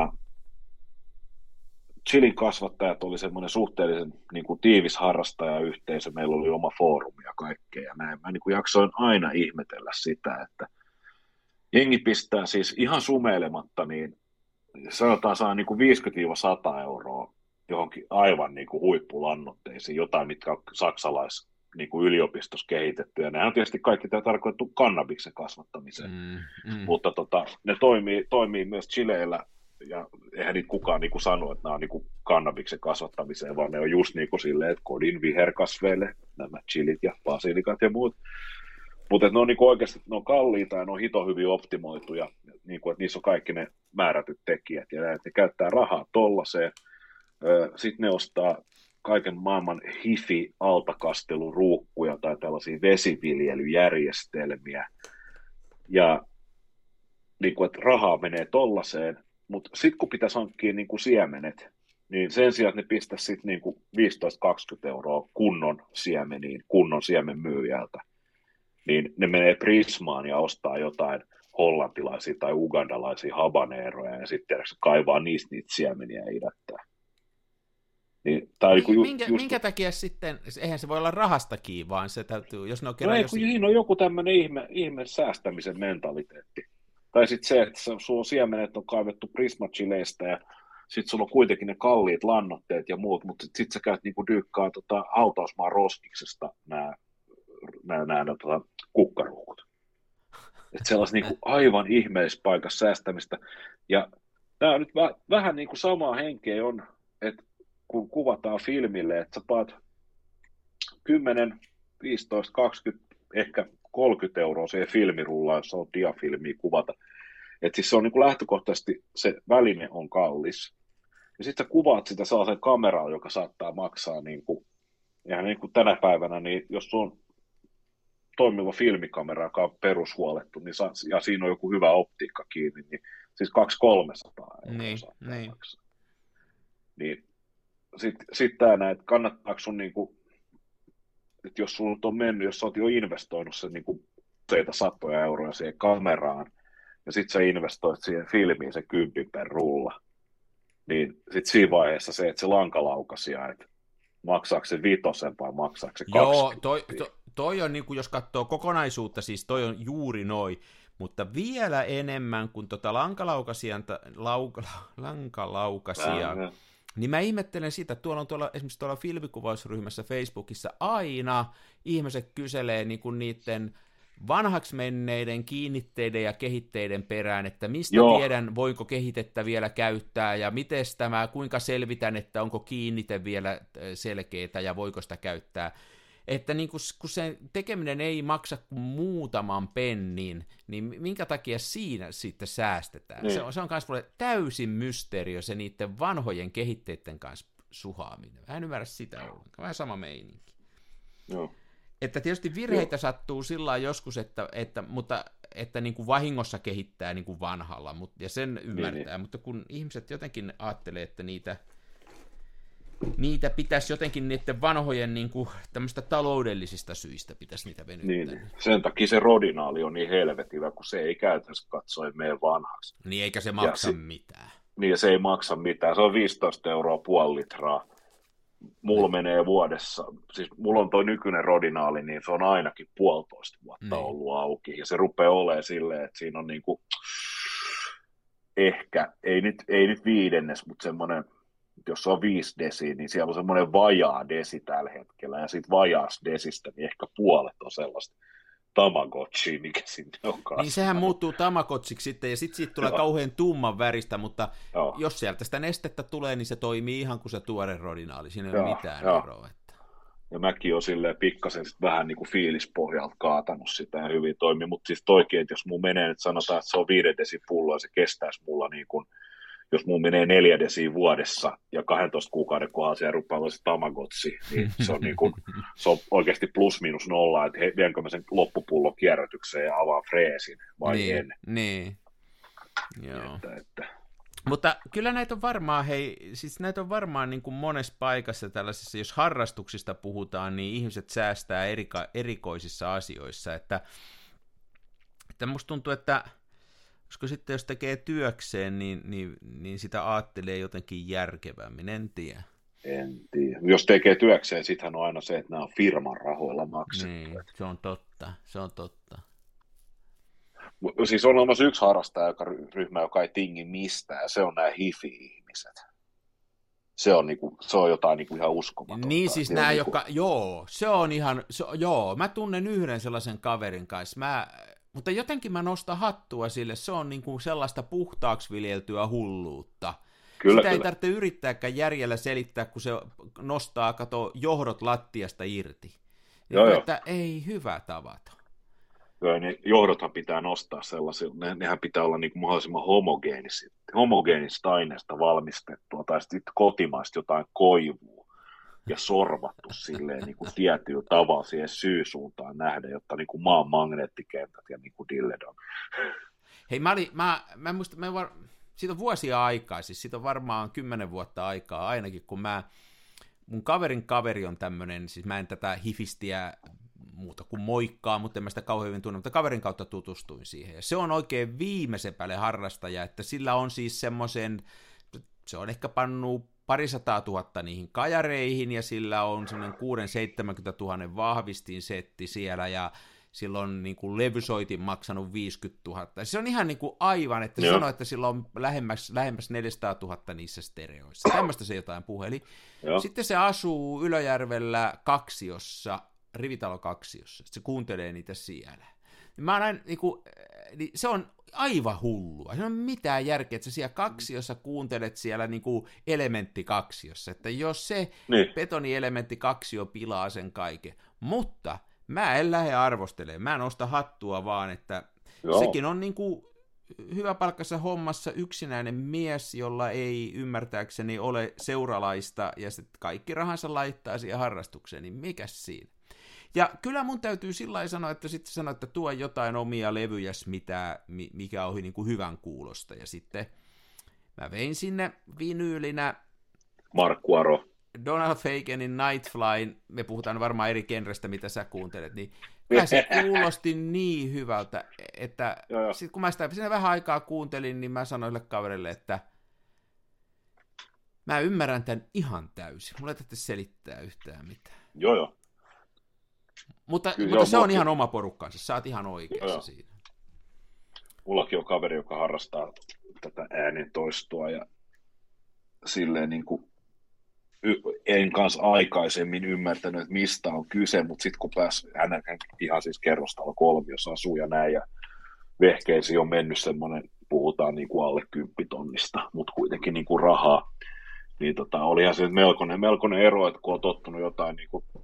chilin kasvattajat oli semmoinen suhteellisen niin kuin tiivis harrastajayhteisö, meillä oli oma foorumi ja kaikkea ja näin. Mä niin kuin jaksoin aina ihmetellä sitä, että jengi pistää siis ihan sumeilematta, niin sanotaan saa niin kuin 50-100 € johonkin aivan niin kuin huippulannoitteisiin, jotain mitkä on niin kuin yliopistossa kehitetty, ja nehän on tietysti kaikki tämä tarkoitettu kannabiksen kasvattamiseen, mutta ne toimii myös chileillä, ja eihän niitä kukaan niin kuin sano, että nämä on niin kuin kannabiksen kasvattamiseen, vaan ne on just niin kuin silleen, että kodin viherkasveille, nämä chilit ja basilikat ja muut, mutta ne on niin kuin oikeasti, ne on kalliita ja ne on hito hyvin optimoituja, niin kuin, että niissä on kaikki ne määrätyt tekijät, ja ne käyttää rahaa tollaiseen, sitten ne ostaa kaiken maailman hifi-altakasteluruukkuja tai tällaisia vesiviljelyjärjestelmiä. Ja niin kuin, että rahaa menee tollaiseen, mutta sitten kun pitäisi hankkia niin kuin siemenet, niin sen sijaan, että ne pistäisi sitten niin kuin 15-20 € kunnon siemeniin, kunnon siemenmyyjältä, niin ne menee Prismaan ja ostaa jotain hollantilaisia tai ugandalaisia habaneeroja ja sitten kaivaa niistä niitä siemeniä ja idättää. Niin, minkä takia sitten, eihän se voi olla rahastakin, vaan se täytyy, jos ne on kerran... No siinä on joku tämmöinen ihme säästämisen mentaliteetti. Tai sitten se, että sulla on siemenet on kaivettu Prisma-chileistä ja sitten sulla on kuitenkin ne kalliit lannoitteet ja muut, mutta sitten sä käyt niinku dyykkaa hautausmaan roskiksesta nämä kukkaruukut. Että sellaista niinku aivan ihmeellisessä paikassa säästämistä. Ja tämä nyt vähän niin kuin samaa henkeä on, että kun kuvataan filmille, että sä paat 10, 15, 20, ehkä 30 € siihen filmirullaan, jos on diafilmiä kuvata. Että siis se on niin kuin lähtökohtaisesti, se väline on kallis. Ja sitten sä kuvaat sitä sellaisen kameralla, joka saattaa maksaa niin kuin, ihan niin kuin tänä päivänä, niin jos sulla on toimiva filmikamera, joka on perushuolettu, niin ja siinä on joku hyvä optiikka kiinni, niin siis 200-300 niin, saattaa niin. maksaa. Niin sitten tämä, että kannattaako sun niinku, että jos sulla on mennyt, jos sä oot jo investoinut sen niinku useita satoja euroja siihen kameraan, ja sitten sä investoit siihen filmiin se 10 per rulla, niin sitten siinä vaiheessa se, että se lankalaukasia, että maksaako se 5 vai maksaako se 20? Joo, toi on, niin kuin, jos katsoo kokonaisuutta, siis toi on juuri noin, mutta vielä enemmän kuin lankalaukasia, niin mä ihmettelen sitä, että esimerkiksi tuolla filmikuvausryhmässä Facebookissa aina ihmiset kyselee niinku niiden vanhaksi menneiden kiinnitteiden ja kehitteiden perään, että mistä tiedän, voinko kehitettä vielä käyttää, ja mites tämä, kuinka selvitän, että onko kiinnite vielä selkeää, ja voiko sitä käyttää. Että niin kun se tekeminen ei maksa kuin muutaman pennin, niin minkä takia siinä sitten säästetään? Niin. Se on myös täysin mysteerio, se niiden vanhojen kehitteiden kanssa suhaaminen. Mä en ymmärrä sitä ollenkaan, vähän sama meininki. Joo. Että tietysti virheitä sattuu sillä lailla joskus, mutta että niin kuin vahingossa kehittää niin kuin vanhalla, ja sen ymmärtää, mutta kun ihmiset jotenkin ajattelee, että niitä pitäisi jotenkin niiden vanhojen niin kuin, tämmöistä taloudellisista syistä pitäisi niitä venyttää. Niin. Sen takia se rodinaali on niin helvetivä, kun se ei käytännössä katsoen mene vanhaksi. Niin, eikä se maksa mitään. Niin, ja se ei maksa mitään. Se on 15 euroa puoli litraa. Mulla menee vuodessa, siis mulla on toi nykyinen rodinaali, niin se on ainakin 1,5 vuotta ollut auki. Ja se rupeaa olemaan silleen, että siinä on niinku, ehkä, ei nyt 5, mutta semmoinen, jos se on 5 desiä, niin siellä on semmoinen vajaa desi tällä hetkellä, ja siitä vajaasta desistä niin ehkä puolet on sellaista Tamagotchia, mikä sinne on kasvanut. Niin sehän muuttuu Tamagotchiksi sitten, ja sitten siitä tulee kauhean tumman väristä, mutta jos sieltä sitä nestettä tulee, niin se toimii ihan kuin se tuore rodinaali, siinä ei ole mitään eroa. Ja mäkin olen silleen pikkasen sit vähän niin kuin fiilispohjalta kaatanut sitä ja hyvin toimii, mutta siis toikin, että jos mun menee, että sanotaan, että se on 5 desi pullo ja se kestäisi mulla niin kuin, jos mun menee 4 desiä vuodessa ja 12 kuukauden kohdalla siellä rupeaa olla se Tamagotchi, niin se on, niin kuin, se on oikeasti plus miinus nolla, että vienkö mä sen loppupullon kierrätykseen ja avaan freesin vai niin, en. Niin, joo. Että. Mutta kyllä näitä on varmaan, näitä on varmaan niin kuin monessa paikassa tällaisessa, jos harrastuksista puhutaan, niin ihmiset säästää erikoisissa asioissa, että musta tuntuu, että koska sitten jos tekee työkseen, niin sitä aattelee jotenkin järkevämmin, en tiedä. En tiedä. Jos tekee työkseen, sittenhän on aina se, että nämä on firman rahoilla maksettu. Niin, se on totta. Siis on olemassa yksi harrastajaryhmä, joka ei tingi mistään, ja se on nämä hifi-ihmiset. Se on jotain niinku ihan uskomatonta. Niin siis nämä, jotka, mä tunnen yhden sellaisen kaverin kanssa, mutta jotenkin mä nostan hattua sille, se on niinku sellaista puhtaaksi viljeltyä hulluutta. Sitä ei tarvitse yrittääkään järjellä selittää, kun se nostaa, johdot lattiasta irti. Että ei hyvä tavata. Joo, niin johdothan pitää nostaa sellaisia, nehän pitää olla niinku mahdollisimman homogeenista aineesta valmistettua, tai sitten kotimaista jotain koivua, ja sorvattu silleen niin kuin tietyllä tavalla siihen syysuuntaan nähdä, jotta niin kuin maan magneettikentät ja niin kuin dilledon. Hei, mä muistan, siitä on vuosia aikaa, siis siitä on varmaan 10 vuotta aikaa ainakin, kun mun kaverin kaveri on tämmöinen, siis mä en tätä hifistiä muuta kuin moikkaa, mutta en mä sitä kauhean hyvin tunne, mutta kaverin kautta tutustuin siihen. Ja se on oikein viimeisen päälle harrastaja, että sillä on siis se on ehkä pannut 200 000 niihin kajareihin, ja sillä on semmoinen 6-70 000 vahvistin setti siellä, ja sillä on niin kuin levysoitin maksanut 50 000. Se on ihan niin kuin aivan, että se sanoo, että sillä on lähemmäs 400 000 niissä stereoissa. Tämmöistä se jotain puheli. Sitten se asuu Ylöjärvellä kaksiossa, rivitalo kaksiossa. Se kuuntelee niitä siellä. Mä oon niin kuin, se on aivan hullua. Se on mitään järkeä, että sä siellä kaksiossa kuuntelet siellä niin kuin elementtikaksiossa. Että jos se betonielementti kaksio pilaa sen kaiken. Mutta mä en lähde arvostelemaan. Mä en osta hattua vaan, että sekin on niin kuin hyväpalkkaisessa hommassa yksinäinen mies, jolla ei ymmärtääkseni ole seuralaista, ja sitten kaikki rahansa laittaa siihen harrastukseen, niin mikäs siinä? Ja kyllä mun täytyy sillä lailla sanoa, että sitten sanoa, että tuo jotain omia levyjäs, mikä on niin kuin hyvän kuulosta, ja sitten mä vein sinne vinyylinä Markku Aro. Donald Fagenin Nightflyn, me puhutaan varmaan eri genrestä, mitä sä kuuntelet, niin kyllä se kuulosti niin hyvältä, että sitten kun mä sitä siinä vähän aikaa kuuntelin, niin mä sanoin ylle kaverille, että mä ymmärrän tämän ihan täysin. Mulla ei tarvitse selittää yhtään mitään. Joo. Mutta se on ihan oma porukkansa, sä oot ihan oikeassa siinä. Mullakin on kaveri, joka harrastaa tätä äänen toistoa ja silleen niin kuin en kanssa aikaisemmin ymmärtänyt, että mistä on kyse, mutta sitten kun pääsi hänen ihan siis kerrostalo 3, jos asuu ja näin, ja vehkeisiin on mennyt semmoinen, puhutaan niin kuin alle 10 tonnista, mutta kuitenkin niin kuin rahaa, niin olihan se melkoinen ero, että kun on tottunut jotain niin kuin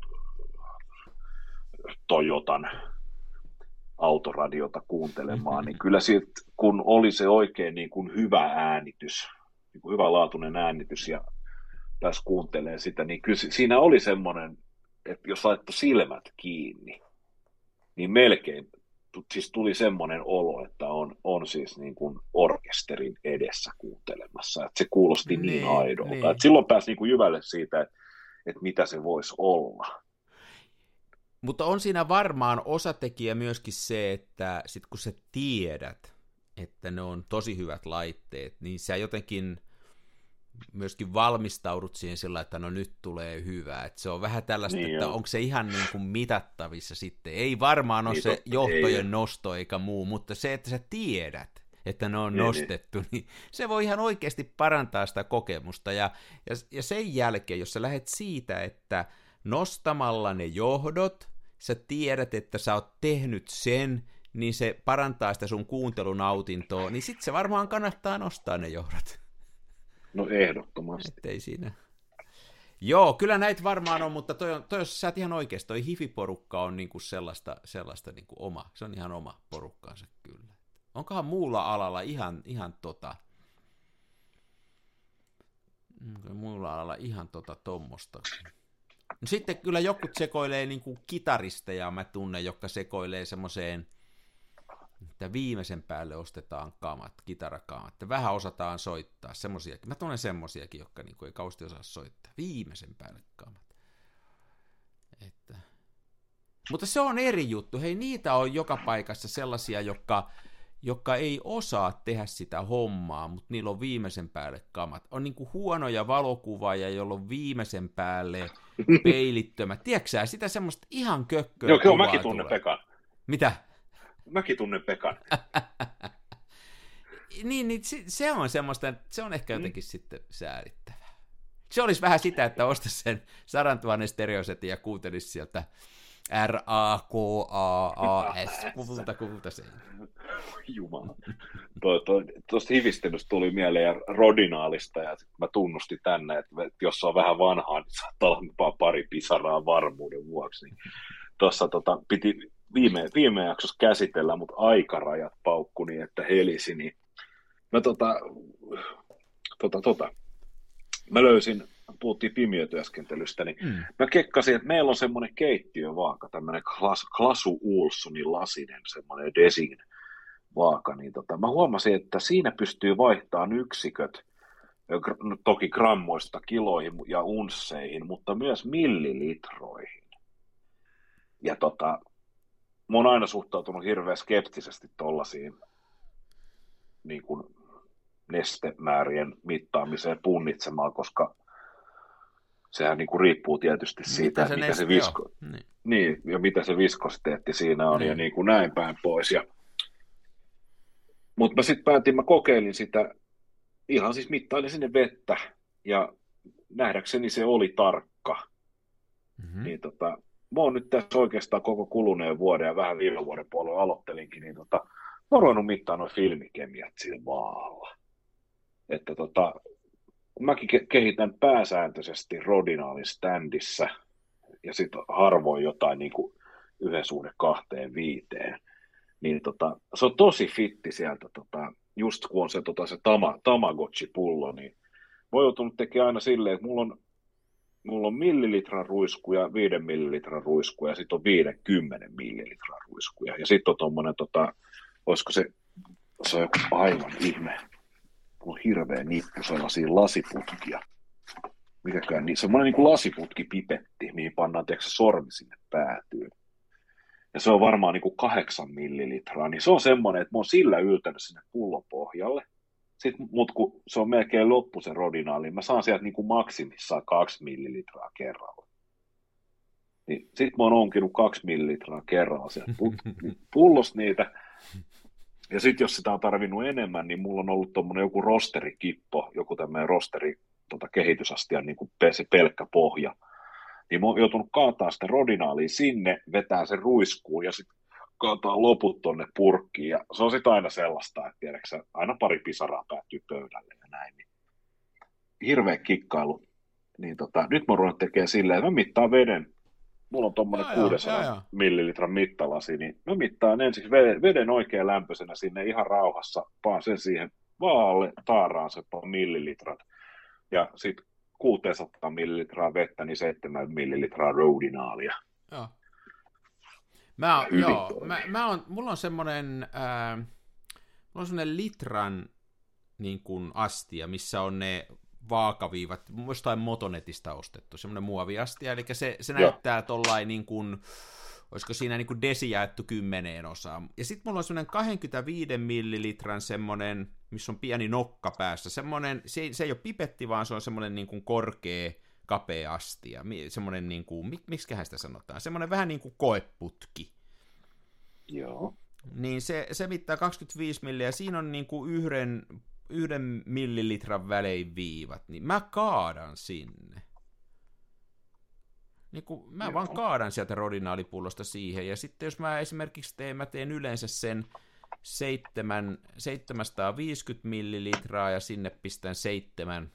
Toyotan autoradiota kuuntelemaan, niin kyllä siitä, kun oli se oikein niin kuin hyvä äänitys, niin kuin hyvälaatuinen äänitys, ja tässä kuuntelee sitä, niin kyllä siinä oli semmoinen, että jos laittoi silmät kiinni, niin melkein siis tuli semmoinen olo, että on siis niin kuin orkesterin edessä kuuntelemassa, että se kuulosti niin aidolta, että silloin pääsi niin kuin jyvälle siitä, että mitä se voisi olla. Mutta on siinä varmaan osatekijä myöskin se, että sit kun sä tiedät, että ne on tosi hyvät laitteet, niin sä jotenkin myöskin valmistaudut siihen sillä, että no nyt tulee hyvää. Että se on vähän tällaista, niin että onko se ihan niin kuin mitattavissa sitten. Ei varmaan ole niin se johtojen nosto eikä muu, mutta se, että sä tiedät, että ne on nostettu, niin se voi ihan oikeasti parantaa sitä kokemusta. Ja sen jälkeen, jos sä lähdet siitä, että nostamalla ne johdot, sä tiedät, että sä oot tehnyt sen, niin se parantaa sitä sun kuuntelunautintoa, niin sit se varmaan kannattaa nostaa ne johdot. No ehdottomasti. Ettei siinä. Joo, kyllä näitä varmaan on, mutta toi jos sä oot ihan oikeasti, toi hifi-porukka on niinku sellaista niinku oma, se on ihan oma porukkaansa kyllä. Onkohan muulla alalla ihan tommosta. No sitten kyllä jokut sekoilee niinku kitaristeja, mä tunnen, jotka sekoilee semmoiseen, että viimeisen päälle ostetaan kitarakamat, että vähän osataan soittaa, semmosiakin. Mä tunnen semmosiakin, jotka niinku ei kauheasti osaa soittaa, viimeisen päälle kamat. Mutta se on eri juttu, hei niitä on joka paikassa sellaisia, jotka ei osaa tehdä sitä hommaa, mutta niillä on viimeisen päälle kamat. On niinku huonoja valokuvaajia, joilla on viimeisen päälle peilittömät. Tiedätkö sä, sitä semmoista ihan kökköä Joo, mäkin tunnen Pekan. Mitä? Mäkin tunnen Pekan. niin se on semmoista, se on ehkä jotenkin sitten säädittävää. Se olisi vähän sitä, että ostaisi sen 100 000 stereosetin ja kuuntelisi sieltä RAKAAS, kuvulta se. Jumala. Tuosta hivistelystä tuli mieleen Rodinaalista, ja mä tunnustin tänne, että jos on vähän vanhaa, niin saattaa olla pari pisaraa varmuuden vuoksi. Niin tuossa piti viime jaksossa käsitellä, mutta aikarajat paukku niin, että helisi, niin mä löysin, puhuttiin pimiötyöskentelystä, niin mä kekkasin, että meillä on semmoinen keittiövaaka, tämmöinen Klasu Ohlsonin lasinen, semmoinen Design vaaka, niin mä huomasin, että siinä pystyy vaihtamaan yksiköt, toki grammoista kiloihin ja unsseihin, mutta myös millilitroihin. Ja mä oon aina suhtautunut hirveän skeptisesti tollaisiin niin kuin nestemäärien mittaamiseen punnitsemaan, koska sehän niin kuin riippuu tietysti siitä, mitä se viskositeetti siinä on, ja niin kuin näin päin pois. Mutta mä sitten mä kokeilin sitä, ihan siis mittailin sinne vettä, ja nähdäkseni se oli tarkka. Niin mä oon nyt tässä oikeastaan koko kuluneen vuoden, ja vähän viime vuoden puolella aloittelinkin, niin mä oon ruvennut mittaa noin filmikemiat sillä maalla. Että mäkin kehitän pääsääntöisesti Rodinaalin standissa, ja sitten harvoin jotain niin kuin 1:2,5. Niin se on tosi fitti sieltä, just kun on se Tamagotchi-pullo, niin mä oon joutunut tekemään aina silleen, että mulla on millilitran ruiskuja, 5 millilitran ruiskuja, ja sitten on 50 millilitran ruiskuja. Ja sitten on tommonen, olisiko se on joku aivan ihme. Mulla on hirveä nippu sellaisia lasiputkia. Mikäkään niin, semmoinen niin kuin lasiputkipipetti, mihin pannaan se sormi sinne päätyyn. Ja se on varmaan niin kuin 8 millilitraa, niin se on semmoinen, että mä oon sillä yltänyt sinne pullon pohjalle. Mutta kun se on melkein loppu se rodinaali, niin mä saan sieltä niin kuin maksimissaan 2 millilitraa kerralla. Niin sit mä oon onkinut 2 millilitraa kerralla sieltä pullosta niitä. Ja sitten jos sitä on tarvinnut enemmän, niin mulla on ollut tommonen joku rosterikippo, joku tämmöinen rosteri kehitysastian niin kuin se pelkkä pohja. Niin mä oon joutunut kaataa sitä rodinaalia sinne, vetää sen ruiskuun ja sitten kaataa loput tonne purkkiin. Ja se on sitten aina sellaista, että tiedätkö, aina pari pisaraa päätyy pöydälle ja näin. Niin hirveä kikkailu. Niin nyt mä oon ruvennut tekemään silleen, että mä mittaan veden. Mulla on tommonen 600 millilitran mittalasi, niin mä mittaan ensiksi veden oikein lämpöisenä sinne ihan rauhassa, paan sen siihen vaalle, taaraan se millilitrat. Ja sitten 600 millilitraa vettä, niin 7 millilitraa rodinaalia. Joo. Mulla on semmoinen litran niin kuin astia, missä on ne vaakaviivat, jostain Motonetista ostettu, semmoinen muoviastia, eli se näyttää tollain niin kuin, olisiko siinä niin kuin desi jaettu 10 osaan. Ja sitten mulla on semmoinen 25 millilitran semmoinen, missä on pieni nokka päässä, semmoinen, se ei ole pipetti, vaan se on semmoinen niin kuin korkea, kapea astia, semmoinen niin kuin, miksiköhän sitä sanotaan, semmoinen vähän niin kuin koeputki. Joo. Niin se mittaa 25 milliä, ja siinä on niin kuin yhden millilitran välein viivat, niin mä kaadan sinne. Niin kuin mä vaan kaadan sieltä rodinaalipullosta siihen, ja sitten jos mä esimerkiksi teen yleensä sen 750 millilitraa, ja sinne pistän 7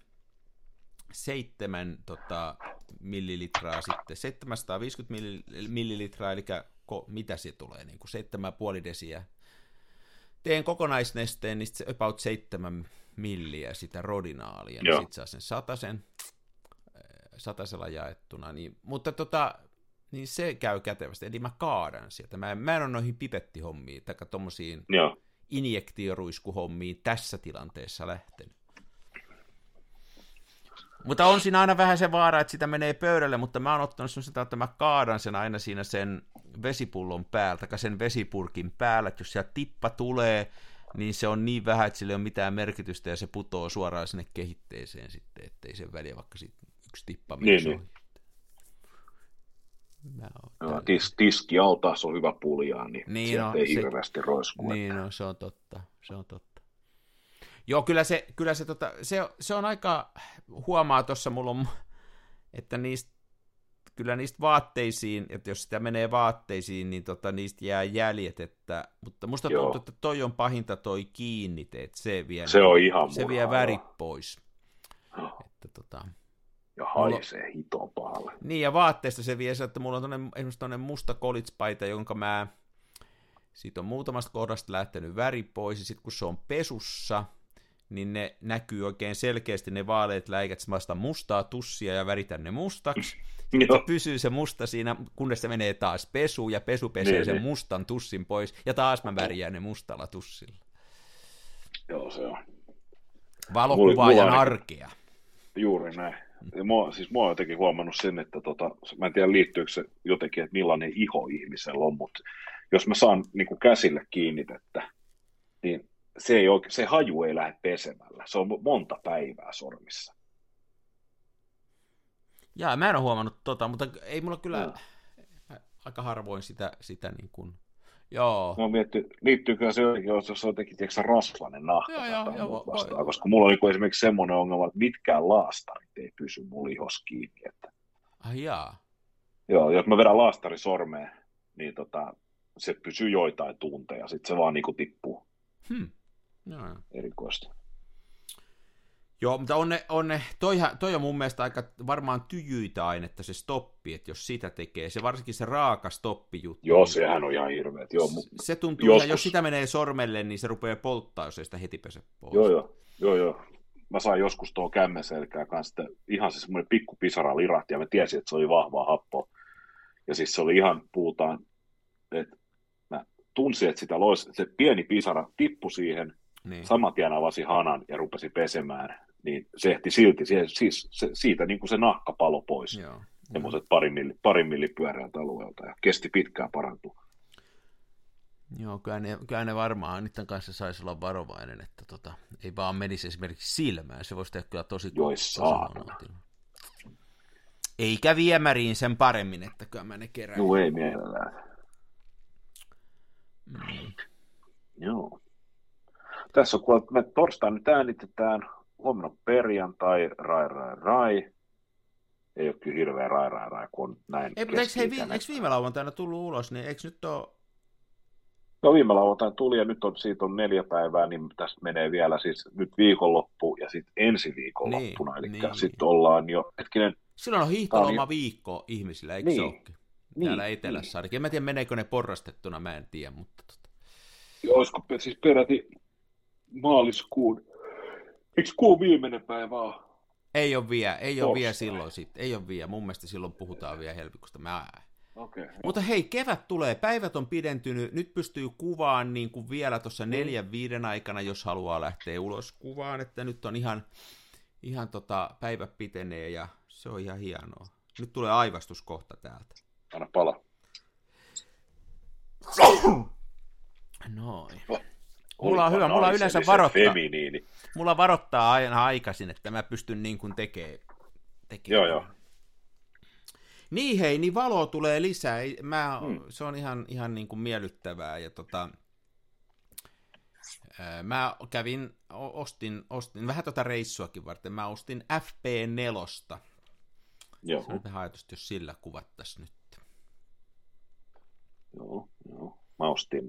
millilitraa sitten, 750 millilitraa, eli mitä se tulee, niin kuin 7,5 desiä. Teen kokonaisnesteen, niin se about 7 milliä sitä rodinaalia, niin sitten saa sen satasella jaettuna. Niin, mutta niin se käy kätevästi, eli mä kaadan sieltä. Mä en ole noihin pipettihommiin, tai tommosiin injektioruiskuhommiin tässä tilanteessa lähtenyt. Mutta on siinä aina vähän se vaara, että sitä menee pöydälle, mutta mä oon ottanut sitä, että mä kaadan sen aina siinä sen vesipullon päältä, tai sen vesipurkin päällä, että jos siellä tippa tulee, niin se on niin vähän, että sillä ei ole mitään merkitystä, ja se putoo suoraan sinne kehitteeseen sitten, ettei sen väliä, vaikka siitä yksi tippa menisi ohi. Tiski altaassa on hyvä puljaa, niin sieltä ei hirveästi roiskua. Niin, no, se on totta. Joo, se on aika, huomaa tuossa mulla on, että niistä vaatteisiin, että jos sitä menee vaatteisiin, niin niistä jää jäljet, mutta musta tuntuu, että toi on pahinta toi kiinnite, että se on ihan se vie värit pois. Että ja haisee hitoon pahalle. Niin, ja vaatteista se vie se, että mulla on esimerkiksi tuonne musta college-paita, jonka siitä on muutamasta kohdasta lähtenyt väri pois, ja sitten kun se on pesussa, niin ne näkyy oikein selkeästi ne vaaleat läikät, semmoista mustaa tussia ja väritän ne mustaksi. Sitten se pysyy se musta siinä, kunnes se menee taas pesuun, ja pesu pesee sen mustan tussin pois, ja taas mä värjään ne mustalla tussilla. Joo, se on. Valokuvaajan arkea. Juuri näin. Ja mä oon jotenkin huomannut sen, että mä en tiedä liittyykö se jotenkin, että millainen iho ihmisellä on, mutta jos mä saan niin kuin käsille kiinnitettä, niin se haju ei lähde pesemällä. Se on monta päivää sormissa. Jaa, mä en ole huomannut mutta ei mulla kyllä aika harvoin sitä niin kuin, joo. Mä oon miettinyt, liittyykö se jotenkin, jos on jotenkin rasvainen nahka vastaan, koska mulla on niin esimerkiksi semmoinen ongelma, että mitkään laastarit ei pysy mulla ihos kiinni. Että... Jaa. Joo, jos mä vedän laastari sormeen, niin se pysyy joitain tunteja, sitten se vaan niin kuin tippuu. Joo. Erikoista. Joo, mutta toi on mun mielestä aika varmaan tyjyitä ainetta se stoppi, että jos sitä tekee, se varsinkin se raaka stoppijuttu. Joo, sehän on ihan hirveet. Se tuntuu, joskus... jos sitä menee sormelle, niin se rupeaa polttaa, jos ei sitä heti pese pois. Joo. Mä sain joskus tuohon kämmenselkään kanssa ihan se semmoinen pikku pisara lirahti, ja mä tiesin, että se oli vahvaa happoa. Ja siis se oli ihan, puhutaan, että mä tunsin, että se pieni pisara tippui siihen, niin. Saman tien avasi hanan ja rupesi pesemään, niin se ehti silti, siitä niin kuin se nahka palo pois. Semmoiset parin millipyöreältä alueelta, ja kesti pitkään parantua. Joo, kyllä ne varmaan niiden kanssa saisi olla varovainen, että ei vaan menisi esimerkiksi silmään, se voisi tehdä kyllä tosi huonoa. Eikä viemäriin sen paremmin, että kyllä mä ne kerään. Joo, ei mielellään. Joo. Tässä kun me torstaina nyt äänitetään, huomenna perjantai, rai. Ei ole kyllä hirveä rai, kun on näin. Eikö viime lauantaina tullut ulos, niin eikö nyt ole... No viime lauantaina tuli ja nyt siitä on 4 päivää, niin tästä menee vielä siis nyt viikonloppu ja sitten ensi viikonloppuna. Eli sitten ollaan jo hetkinen... Silloin on hiihtoloma viikko ihmisillä, eikö se olekin? Täällä etelässä ainakin. En mä tiedä, meneekö ne porrastettuna, mä en tiedä, mutta... Olisiko siis peräti maaliskuun... Eikö kuun viimeinen päivä ole? Ei ole vielä silloin sitten. Ei ole vielä. Mun mielestä silloin puhutaan vielä helmikuusta. Okay. Mutta hei, kevät tulee, päivät on pidentynyt, nyt pystyy kuvaan niin kuin vielä tuossa 4-5 aikana, jos haluaa lähteä ulos kuvaan, että nyt on ihan päivä pitenee ja se on ihan hienoa. Nyt tulee aivastus kohta täältä. Anna pala. Noin. Mulla on hyvä, mulla yleensä varoittaa. Mulla varoittaa aina aikaisin, että mä pystyn niin kuin tekemään. Joo. Niin hei, niin valoa tulee lisää. Se on ihan niin kuin miellyttävää. Ja mä ostin vähän reissuakin varten. Mä ostin FP4. Joo. Se on vähän ajatusta, jos sillä kuvattaisiin nyt. Joo. Mä ostin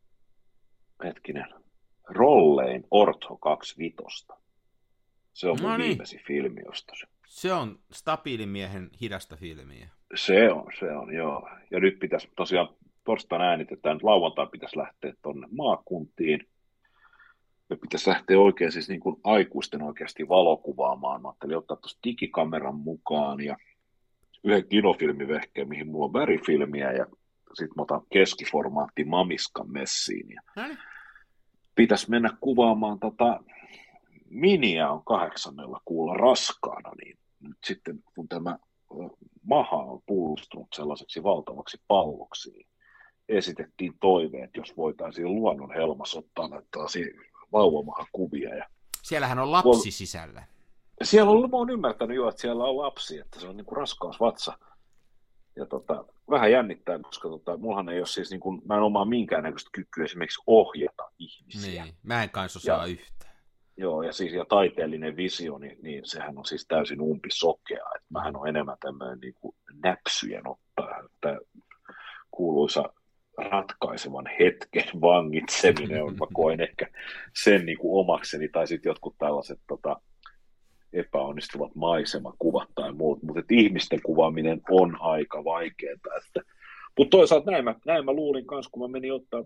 Rollein Ortho 25. Se on mun viimeisin filmi ostasi. Se on stabiilimiehen hidasta filmiä. Se on, joo. Ja nyt pitäisi tosiaan, torstaina äänitetään, lauantaina pitäisi lähteä tuonne maakuntiin. Me pitäisi lähteä oikein siis niin kuin aikuisten oikeasti valokuvaamaan. Mä ajattelin ottaa tuossa digikameran mukaan ja yhden kinofilmivehkeen, mihin mulla on värifilmiä ja sitten mä otan keskiformaatti Mamiskan messiin. Ja pitäisi mennä kuvaamaan Miniä on 8. kuulla raskaana, niin nyt sitten kun tämä maha on puolustunut sellaiseksi valtavaksi palloksi, niin esitettiin toiveet, jos voitaisiin luonnon helmas ottaa vauvamahan kuvia. Ja siellähän on lapsi sisällä. Siellä on, mä oon ymmärtänyt jo, että siellä on lapsi, että se on niin kuin raskausvatsa. Ja vähän jännittää, koska mullahan ei ole siis, niin kuin, mä en omaa minkäännäköistä kykyä esimerkiksi ohjata ihmisiä. Niin, mä en kanssa osaa yhtään. Joo, ja siis ja taiteellinen visio, niin sehän on siis täysin umpisokea. Että mähän on enemmän tämmöinen niin kuin näpsyjen ottaa, tämä kuuluisa ratkaisevan hetken vangitseminen on, mä koen ehkä sen niin kuin omakseni, tai sitten jotkut tällaiset epäonnistuvat maisemakuvat tai muut, mutta ihmisten kuvaaminen on aika vaikeaa. Mutta toisaalta näin mä luulin kanssa, kun mä menin ottaa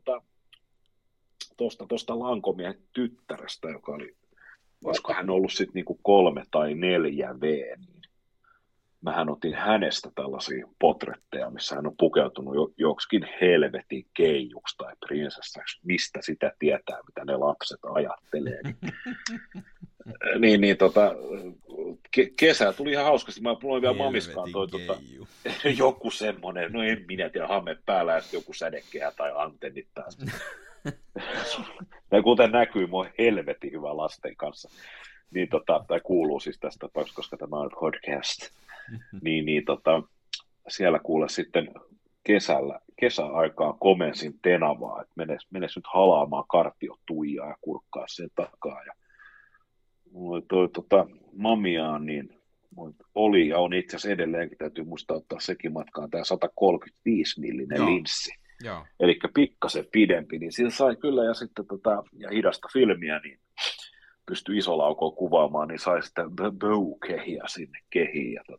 tuosta Lankomiehen tyttärestä, joka oli, olisiko hän ollut sitten niinku 3 tai 4 V, niin mähän otin hänestä tällaisia potretteja, missä hän on pukeutunut joksikin helvetin keijuksi tai prinsessaksi, mistä sitä tietää, mitä ne lapset ajattelee. Kesä tuli ihan hauskasti. Mä luin vielä Mamiskaan joku semmoinen, no en minä tiedä, hame päällä ja joku sädekehä tai antennit taas. Ja kuten näkyy, mä oon helvetin hyvä lasten kanssa. Tai kuuluu siis tästä tapauksesta, koska tämä on podcast. Siellä kuule sitten kesäaikaan komensin tenavaa, että menes nyt halaamaan kartiotuijaa ja kurkkaa sen takaa. Ja mulla oli Mamiaan, niin oli ja on itse asiassa edelleenkin, täytyy muistaa ottaa sekin matkaan, tämä 135 millinen linssi. Eli pikkasen pidempi, niin sillä sai kyllä ja sitten ja hidasta filmiä, niin pystyi isolaukoon kuvaamaan, niin sai sitten bow-kehiä sinne kehiin. Ja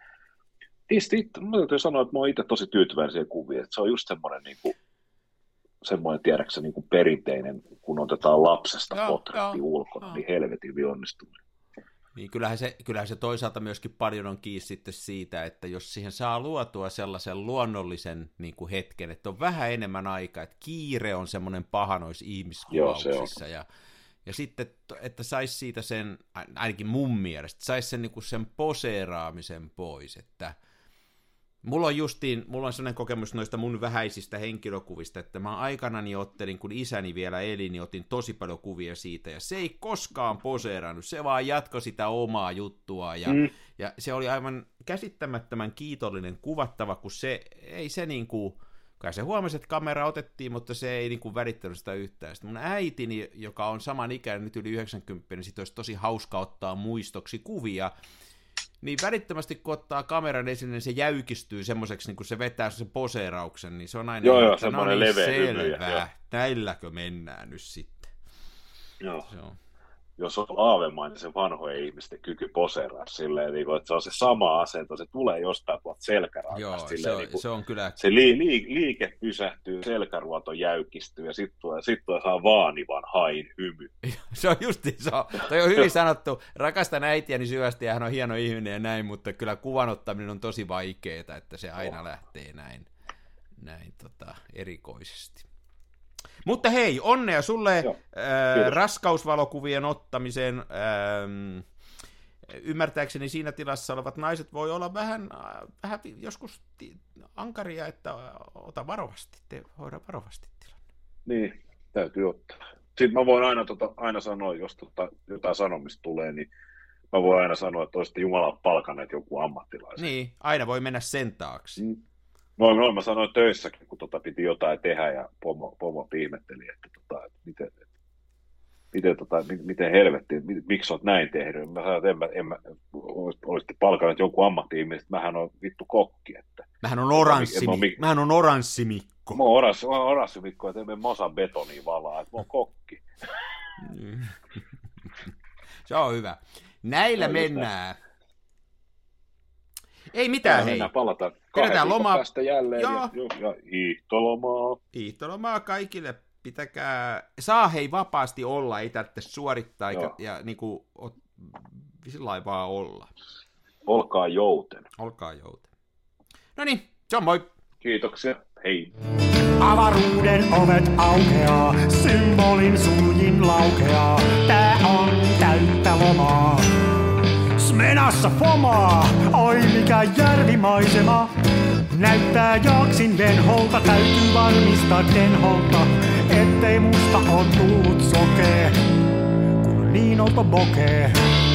mä täytyy sanoa, että mä oon itse tosi tyytyväinen siihen kuviin, että se on just semmoinen, niin kuin, semmoinen tiedäksä, niin kuin perinteinen, kun otetaan lapsesta portretti ulkona, niin helvetin onnistuminen. Niin kyllähän se toisaalta myöskin paljon on kiinni sitten siitä, että jos siihen saa luotua sellaisen luonnollisen niin kuin hetken, että on vähän enemmän aikaa, että kiire on semmoinen paha noissa ihmiskuvauksissa, ja sitten, että saisi siitä sen, ainakin mun mielestä, saisi sen, niin kuin sen poseeraamisen pois, että mulla on sellainen kokemus noista mun vähäisistä henkilökuvista, että mä aikanani ottelin, kun isäni vielä eli, niin otin tosi paljon kuvia siitä, ja se ei koskaan poseerannut, se vaan jatkoi sitä omaa juttua, ja se oli aivan käsittämättömän kiitollinen kuvattava, kun se ei se niinku, kai se huomasi, että kamera otettiin, mutta se ei niinku välittänyt sitä yhtään. Sitten mun äitini, joka on saman ikäinen, nyt yli 90, niin sit olisi tosi hauska ottaa muistoksi kuvia, niin välittömästi kun ottaa kameran esille, niin se jäykistyy semmoiseksi, niin kun se vetää sen poseerauksen, niin se on aina semmoinen leveä selvää. Näilläkö mennään nyt sitten? Joo. Jos on aavemainen se vanhojen ihmisten kyky poseeraa silleen, että se on se sama asento, se tulee jostain tuolta selkärankasta. Joo, se on kyllä. Se liike pysähtyy, selkäruoto jäykistyy ja sitten tulee saa vaanivan hain hymy. Se on toi on hyvin sanottu. Rakastan äitiäni syvästi ja hän on hieno ihminen ja näin, mutta kyllä kuvan ottaminen on tosi vaikeaa, että se aina lähtee näin erikoisesti. Mutta hei, onnea sulle raskausvalokuvien ottamiseen. Ymmärtääkseni siinä tilassa olevat naiset voi olla vähän joskus ankaria, että ota varovasti, hoida varovasti tilanne. Niin, täytyy ottaa. Sitten mä voin aina sanoa, jos jotain sanomista tulee, niin mä voin aina sanoa, että olisitte Jumalan palkanneet joku ammattilaisen. Niin, aina voi mennä sen taakse. Noin mä sanoin töissäkin, kun piti jotain tehdä ja pomo ihmetteli, että miten helvettiin, miksi olet näin tehnyt. Mä sanoin, että olisitte palkanneet jonkun ammatti-ihmisen, että mähän on vittu kokki. Että mähän on oranssimikko. Mä oon oranssimikko, että emme osaa betonia valaa, että mä oon kokki. Se on hyvä. Näillä mennään. Ei mitään, hei. Palataan pidetään lomaa. Päästä jälleen ja hiihtolomaa. Hiihtolomaa kaikille. Saa hei vapaasti olla, ei tarvitse suorittaa ja niinku sillä vaan olla. Olkaa jouten. No niin, se on moi. Kiitoksia, hei. Avaruuden ovet aukeaa, symbolin suljin laukeaa. Tää on täyttä lomaa. Smenassa fomaa, oi mikä järvimaisema. Näyttää jaksin venholta, täytyy varmistaa denholta, ettei musta on tullut sokee, kun niin olta bokee.